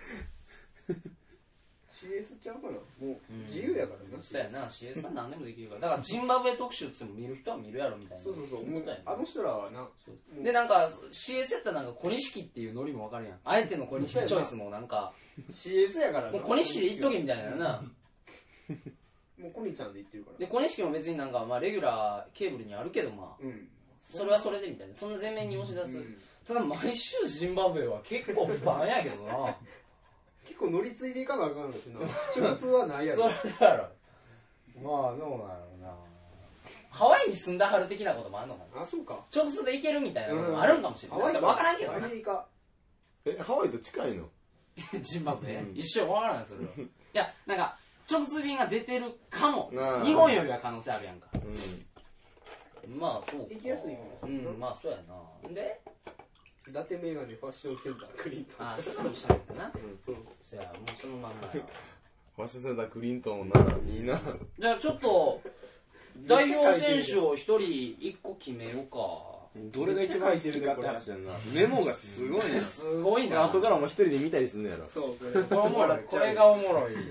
[SPEAKER 3] シーエス ちゃうかなもう自由やからな、
[SPEAKER 1] そうやな シーエス は何でもできるからだからジンバブエ特集っても見る人は見るやろみたいな
[SPEAKER 3] そうそうそう思ったやんあの人らはな
[SPEAKER 1] でなんか シーエス やったらなんか小錦っていうノリも分かるやんあえての小錦チョイスもなんか
[SPEAKER 3] シーエス やから
[SPEAKER 1] もう小錦で言っとけみたいなな
[SPEAKER 3] もうコニちゃんで言ってるから
[SPEAKER 1] で小錦も別になんかまあレギュラーケーブルにあるけどまあ、うん、それはそれでみたいなそんな全面に押し出す、うん、ただ毎週ジンバブエは結構負担やけどな
[SPEAKER 3] 結構乗り継いでいかなあかんのしな直通はないやろ
[SPEAKER 1] それだろまあどうなんやろうなハワイに住んだはる的なこともあるのかな
[SPEAKER 3] あそうか
[SPEAKER 1] 直通で行けるみたいなのもあるんかもしれない、うん、分からんけどな
[SPEAKER 3] アメリカ
[SPEAKER 4] えハワイと近いの
[SPEAKER 1] ジンバブエ、うん、一緒分からないそれはいやなんか直通便が出てるかも日本よりは可能性あるやんか、うん、まあそうか
[SPEAKER 3] 行きやすいもん
[SPEAKER 1] うんまあそうやなで
[SPEAKER 3] 伊達メガネファッションセンタークリントン
[SPEAKER 1] ああそうかもしれないかなうんそやもうそのまんまや
[SPEAKER 4] ファッションセンタークリントンないいな
[SPEAKER 1] じゃあちょっと代表選手を一人一個決めようか
[SPEAKER 4] どれが一番好きかって話やんなメモがすごいね
[SPEAKER 1] すごいな
[SPEAKER 4] 後からも一人で見たりすんのやろ
[SPEAKER 1] そうこれおもろいこれがおもろいな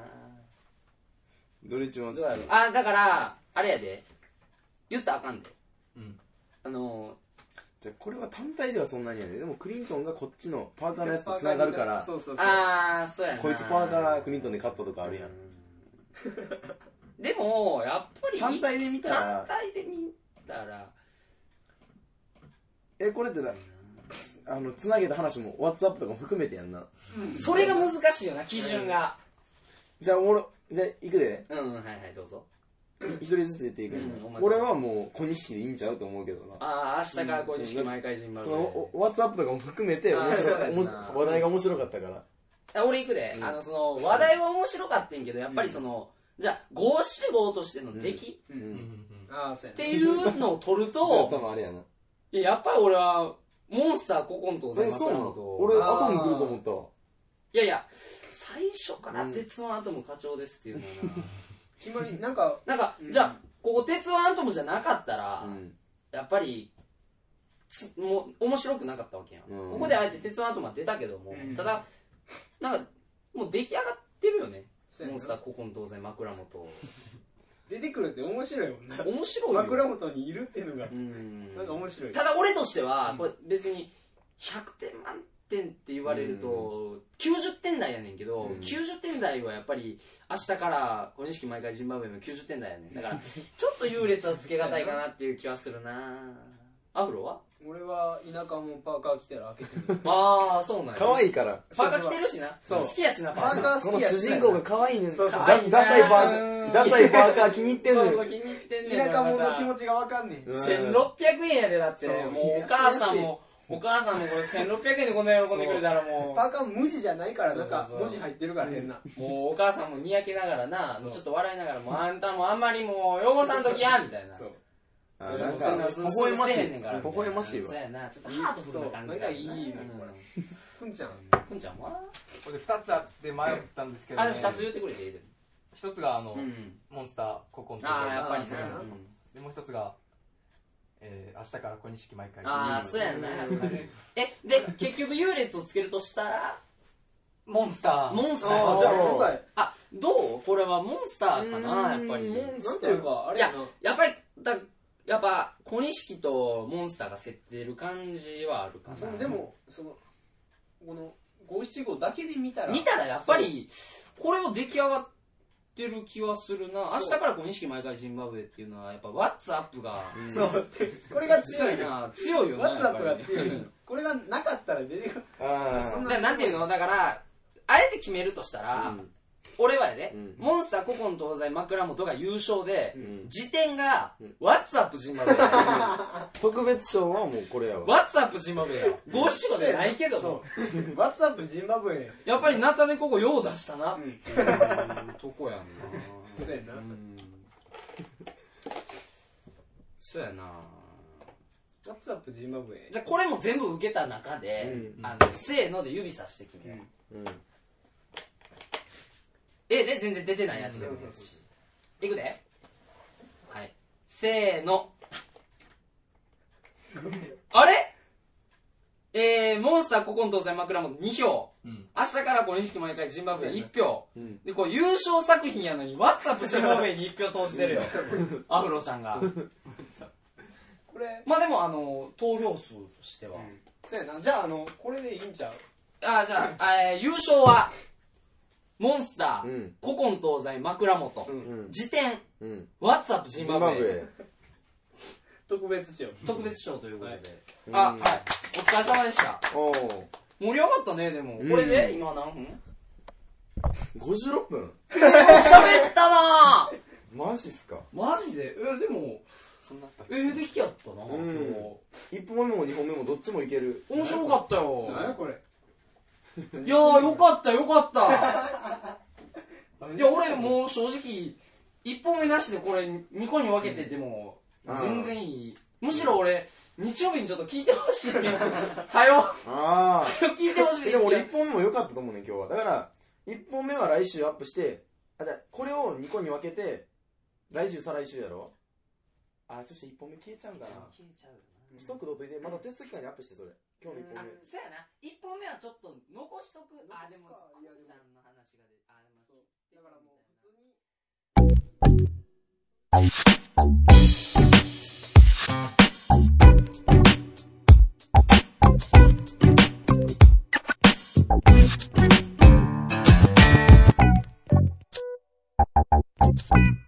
[SPEAKER 4] どれ一番好き
[SPEAKER 1] あだからあれやで言ったらあかんでうんあの
[SPEAKER 4] じゃあこれは単体ではそんなにやね。でもクリントンがこっちのパーカーのやつと繋がるから、
[SPEAKER 3] そうそうそう、
[SPEAKER 1] ああそうやな、
[SPEAKER 4] こいつパーカークリントンで勝ったとかあるやん。
[SPEAKER 1] でもやっぱり
[SPEAKER 4] 単体で見たら
[SPEAKER 1] 単体で見たら
[SPEAKER 4] えこれってだあのつなげた話も WhatsApp とかも含めてやんな、
[SPEAKER 1] うん、それが難しいよな基準が、
[SPEAKER 4] じゃあ俺じゃあ行くで、
[SPEAKER 1] うんはいはいどうぞ
[SPEAKER 4] 一人ずつ言っていくやん、うん、俺はもう小錦でいいんちゃうと思うけどな。
[SPEAKER 1] ああ明日から小錦毎回ジンバブエ、
[SPEAKER 4] その WhatsApp とかも含めて面白い話題が面白かったから
[SPEAKER 1] 俺行くで、うん、あのその話題は面白かったんけどやっぱりその、うん、じゃあ五七五としての出来、うんうんうん、っていうのを取ると
[SPEAKER 4] じゃあ多分あれやな、
[SPEAKER 1] いややっぱり俺はモンスター古今東西
[SPEAKER 4] そうなの。俺アトム来ると思ったわ。
[SPEAKER 1] いやいや最初から鉄腕アトム課長ですっていうのはな、
[SPEAKER 3] 決まりなんか
[SPEAKER 1] なんか、うん、じゃあここ鉄腕アトムじゃなかったら、うん、やっぱりつもう面白くなかったわけやん、うん、ここであえて鉄腕アトムは出たけども、うん、ただなんかもう出来上がってるよね、モンスター古今東西枕元
[SPEAKER 3] 出てくるって面白いもんな。
[SPEAKER 1] 面白いよ。
[SPEAKER 3] 枕元にいるっていうのがなんか面白い。
[SPEAKER 1] ただ俺としてはこれ別にひゃくてん満点って言われるときゅうじゅってん台やねんけど、きゅうじゅってん台はやっぱり明日から小錦毎回ジンバブエもきゅうじゅってん台やねん。だからちょっと優劣はつけがたいかなっていう気はするな。アフロは
[SPEAKER 3] 俺は田舎もパーカー着たら開けてる。
[SPEAKER 1] ああそうなんや。
[SPEAKER 4] 可愛いから。
[SPEAKER 1] パーカー着てるしな。好きやしなパーカー。
[SPEAKER 4] この主人公が可愛いねん。
[SPEAKER 1] ダ
[SPEAKER 4] サイパーダサいパーカー気に入ってんねん。
[SPEAKER 1] そうそう気に入ってんねん。
[SPEAKER 3] 田舎者の気持ちがわかんねん。
[SPEAKER 1] せんろっぴゃくえんやでだって。もうお母さんもお母さんもこれせんろっぴゃくえんでこんな喜んでくれたらもう。
[SPEAKER 3] パーカー無地じゃないからなんか文字入ってるから変な。
[SPEAKER 1] もうお母さんもにやけながらな、ちょっと笑いながらもうあんたもあんまりもう汚さんときやみたいな。
[SPEAKER 4] あなんか微笑ましい微笑ましいわ。
[SPEAKER 1] そうやな、ちょっとハートフルな感じ。
[SPEAKER 3] なんかいいねこれ。ふんちゃん
[SPEAKER 1] ふんちゃんは
[SPEAKER 2] これでふたつあって迷ったんですけどね。
[SPEAKER 1] あ、ふたつ言ってくれていいで。
[SPEAKER 2] ひとつがあのモンスター古今東西。
[SPEAKER 1] あやっぱりそうやな。
[SPEAKER 2] でもうひとつがえ明日から小錦毎回。
[SPEAKER 1] ああそうやな。えで結局優劣をつけるとしたら
[SPEAKER 2] モンスター。
[SPEAKER 1] モンスター。
[SPEAKER 3] じゃあ今回
[SPEAKER 1] あどうこれはモンスターかなやっぱり。
[SPEAKER 3] なんていうかあれやな。
[SPEAKER 1] やっぱりだやっぱ小錦とモンスターが競ってる感じはあるかな。
[SPEAKER 3] でもそのこの五七五だけで見たら
[SPEAKER 1] 見たらやっぱりこれも出来上がってる気はするな。明日から小錦毎回ジンバブエっていうのはやっぱワッツアップが
[SPEAKER 3] そうこれが強い
[SPEAKER 1] な。強いよな。
[SPEAKER 3] ワッツアップが強い。これがなかったら出てくる。
[SPEAKER 4] あ
[SPEAKER 1] あ。だからなんていうのだからあえて決めるとしたら。俺はやで、うん、モンスター古今東西枕元が優勝で、うん、時点が、うん、ワッツアップジンバブエ
[SPEAKER 4] 特別賞はもうこれやわ。
[SPEAKER 1] ワッツアップジンバブエや五七五でないけども
[SPEAKER 3] ワッツアップジンバブエ
[SPEAKER 1] やっぱりナタでここよう出したな、うん、とこやんな。
[SPEAKER 3] そうやな、うん、
[SPEAKER 1] そうやな。
[SPEAKER 3] ワッツアップジンバブエ
[SPEAKER 1] じゃあこれも全部受けた中で、うん、あのせーので指さして決めよう、うんうんえで全然出てないやつでもいいですし。いくではいせーのあれえー、モンスター古今東西枕元に票、うん、明日から小錦毎回ジンバブエいち票、うん、でこれ優勝作品やのにワッツアップジンバブエにいち票投じてるよアフロさんが
[SPEAKER 3] これ
[SPEAKER 1] まあでもあの投票数としては、うん、
[SPEAKER 3] そうやな。じゃああのこれでいいんちゃう。
[SPEAKER 1] あじゃあ、えー、優勝はモンスター、うん、古今東西枕元、うん、辞典、うん、ワッツアップジンバブエ
[SPEAKER 3] 特別賞
[SPEAKER 1] 特別賞ということで、はい、あ、はい、お疲れ様でした。お盛り上がったね。でも、うん、これで今何分
[SPEAKER 4] ごじゅうろっぷん
[SPEAKER 1] えー、喋ったな
[SPEAKER 4] マジっすか。
[SPEAKER 1] マジでえー、でもそんなえー、できやったな、うん、
[SPEAKER 4] いっぽんめもにほんめもどっちもいける。
[SPEAKER 1] 面白かったよ。
[SPEAKER 3] 何これ
[SPEAKER 1] いやーよかったよかったいや俺もう正直いっぽんめなしでこれにこに分けてても全然いい。むしろ俺日曜日にちょっと聞いてほしいはよはよ聞いてほしい。
[SPEAKER 4] でも俺いっぽんめも良かったと思うね今日は。だからいっぽんめは来週アップしてあじゃあこれをにこに分けて来週再来週やろ。あそしていっぽんめ消えちゃうんだな。
[SPEAKER 1] 消えちゃう
[SPEAKER 4] ストック取っといてまたテスト期間にアップしてそれ今日のいっぽんめ。
[SPEAKER 1] そうやな。いっぽんめはちょっと残しとく。あでもこんちゃんの話が出あでもだからもう普通に
[SPEAKER 5] した。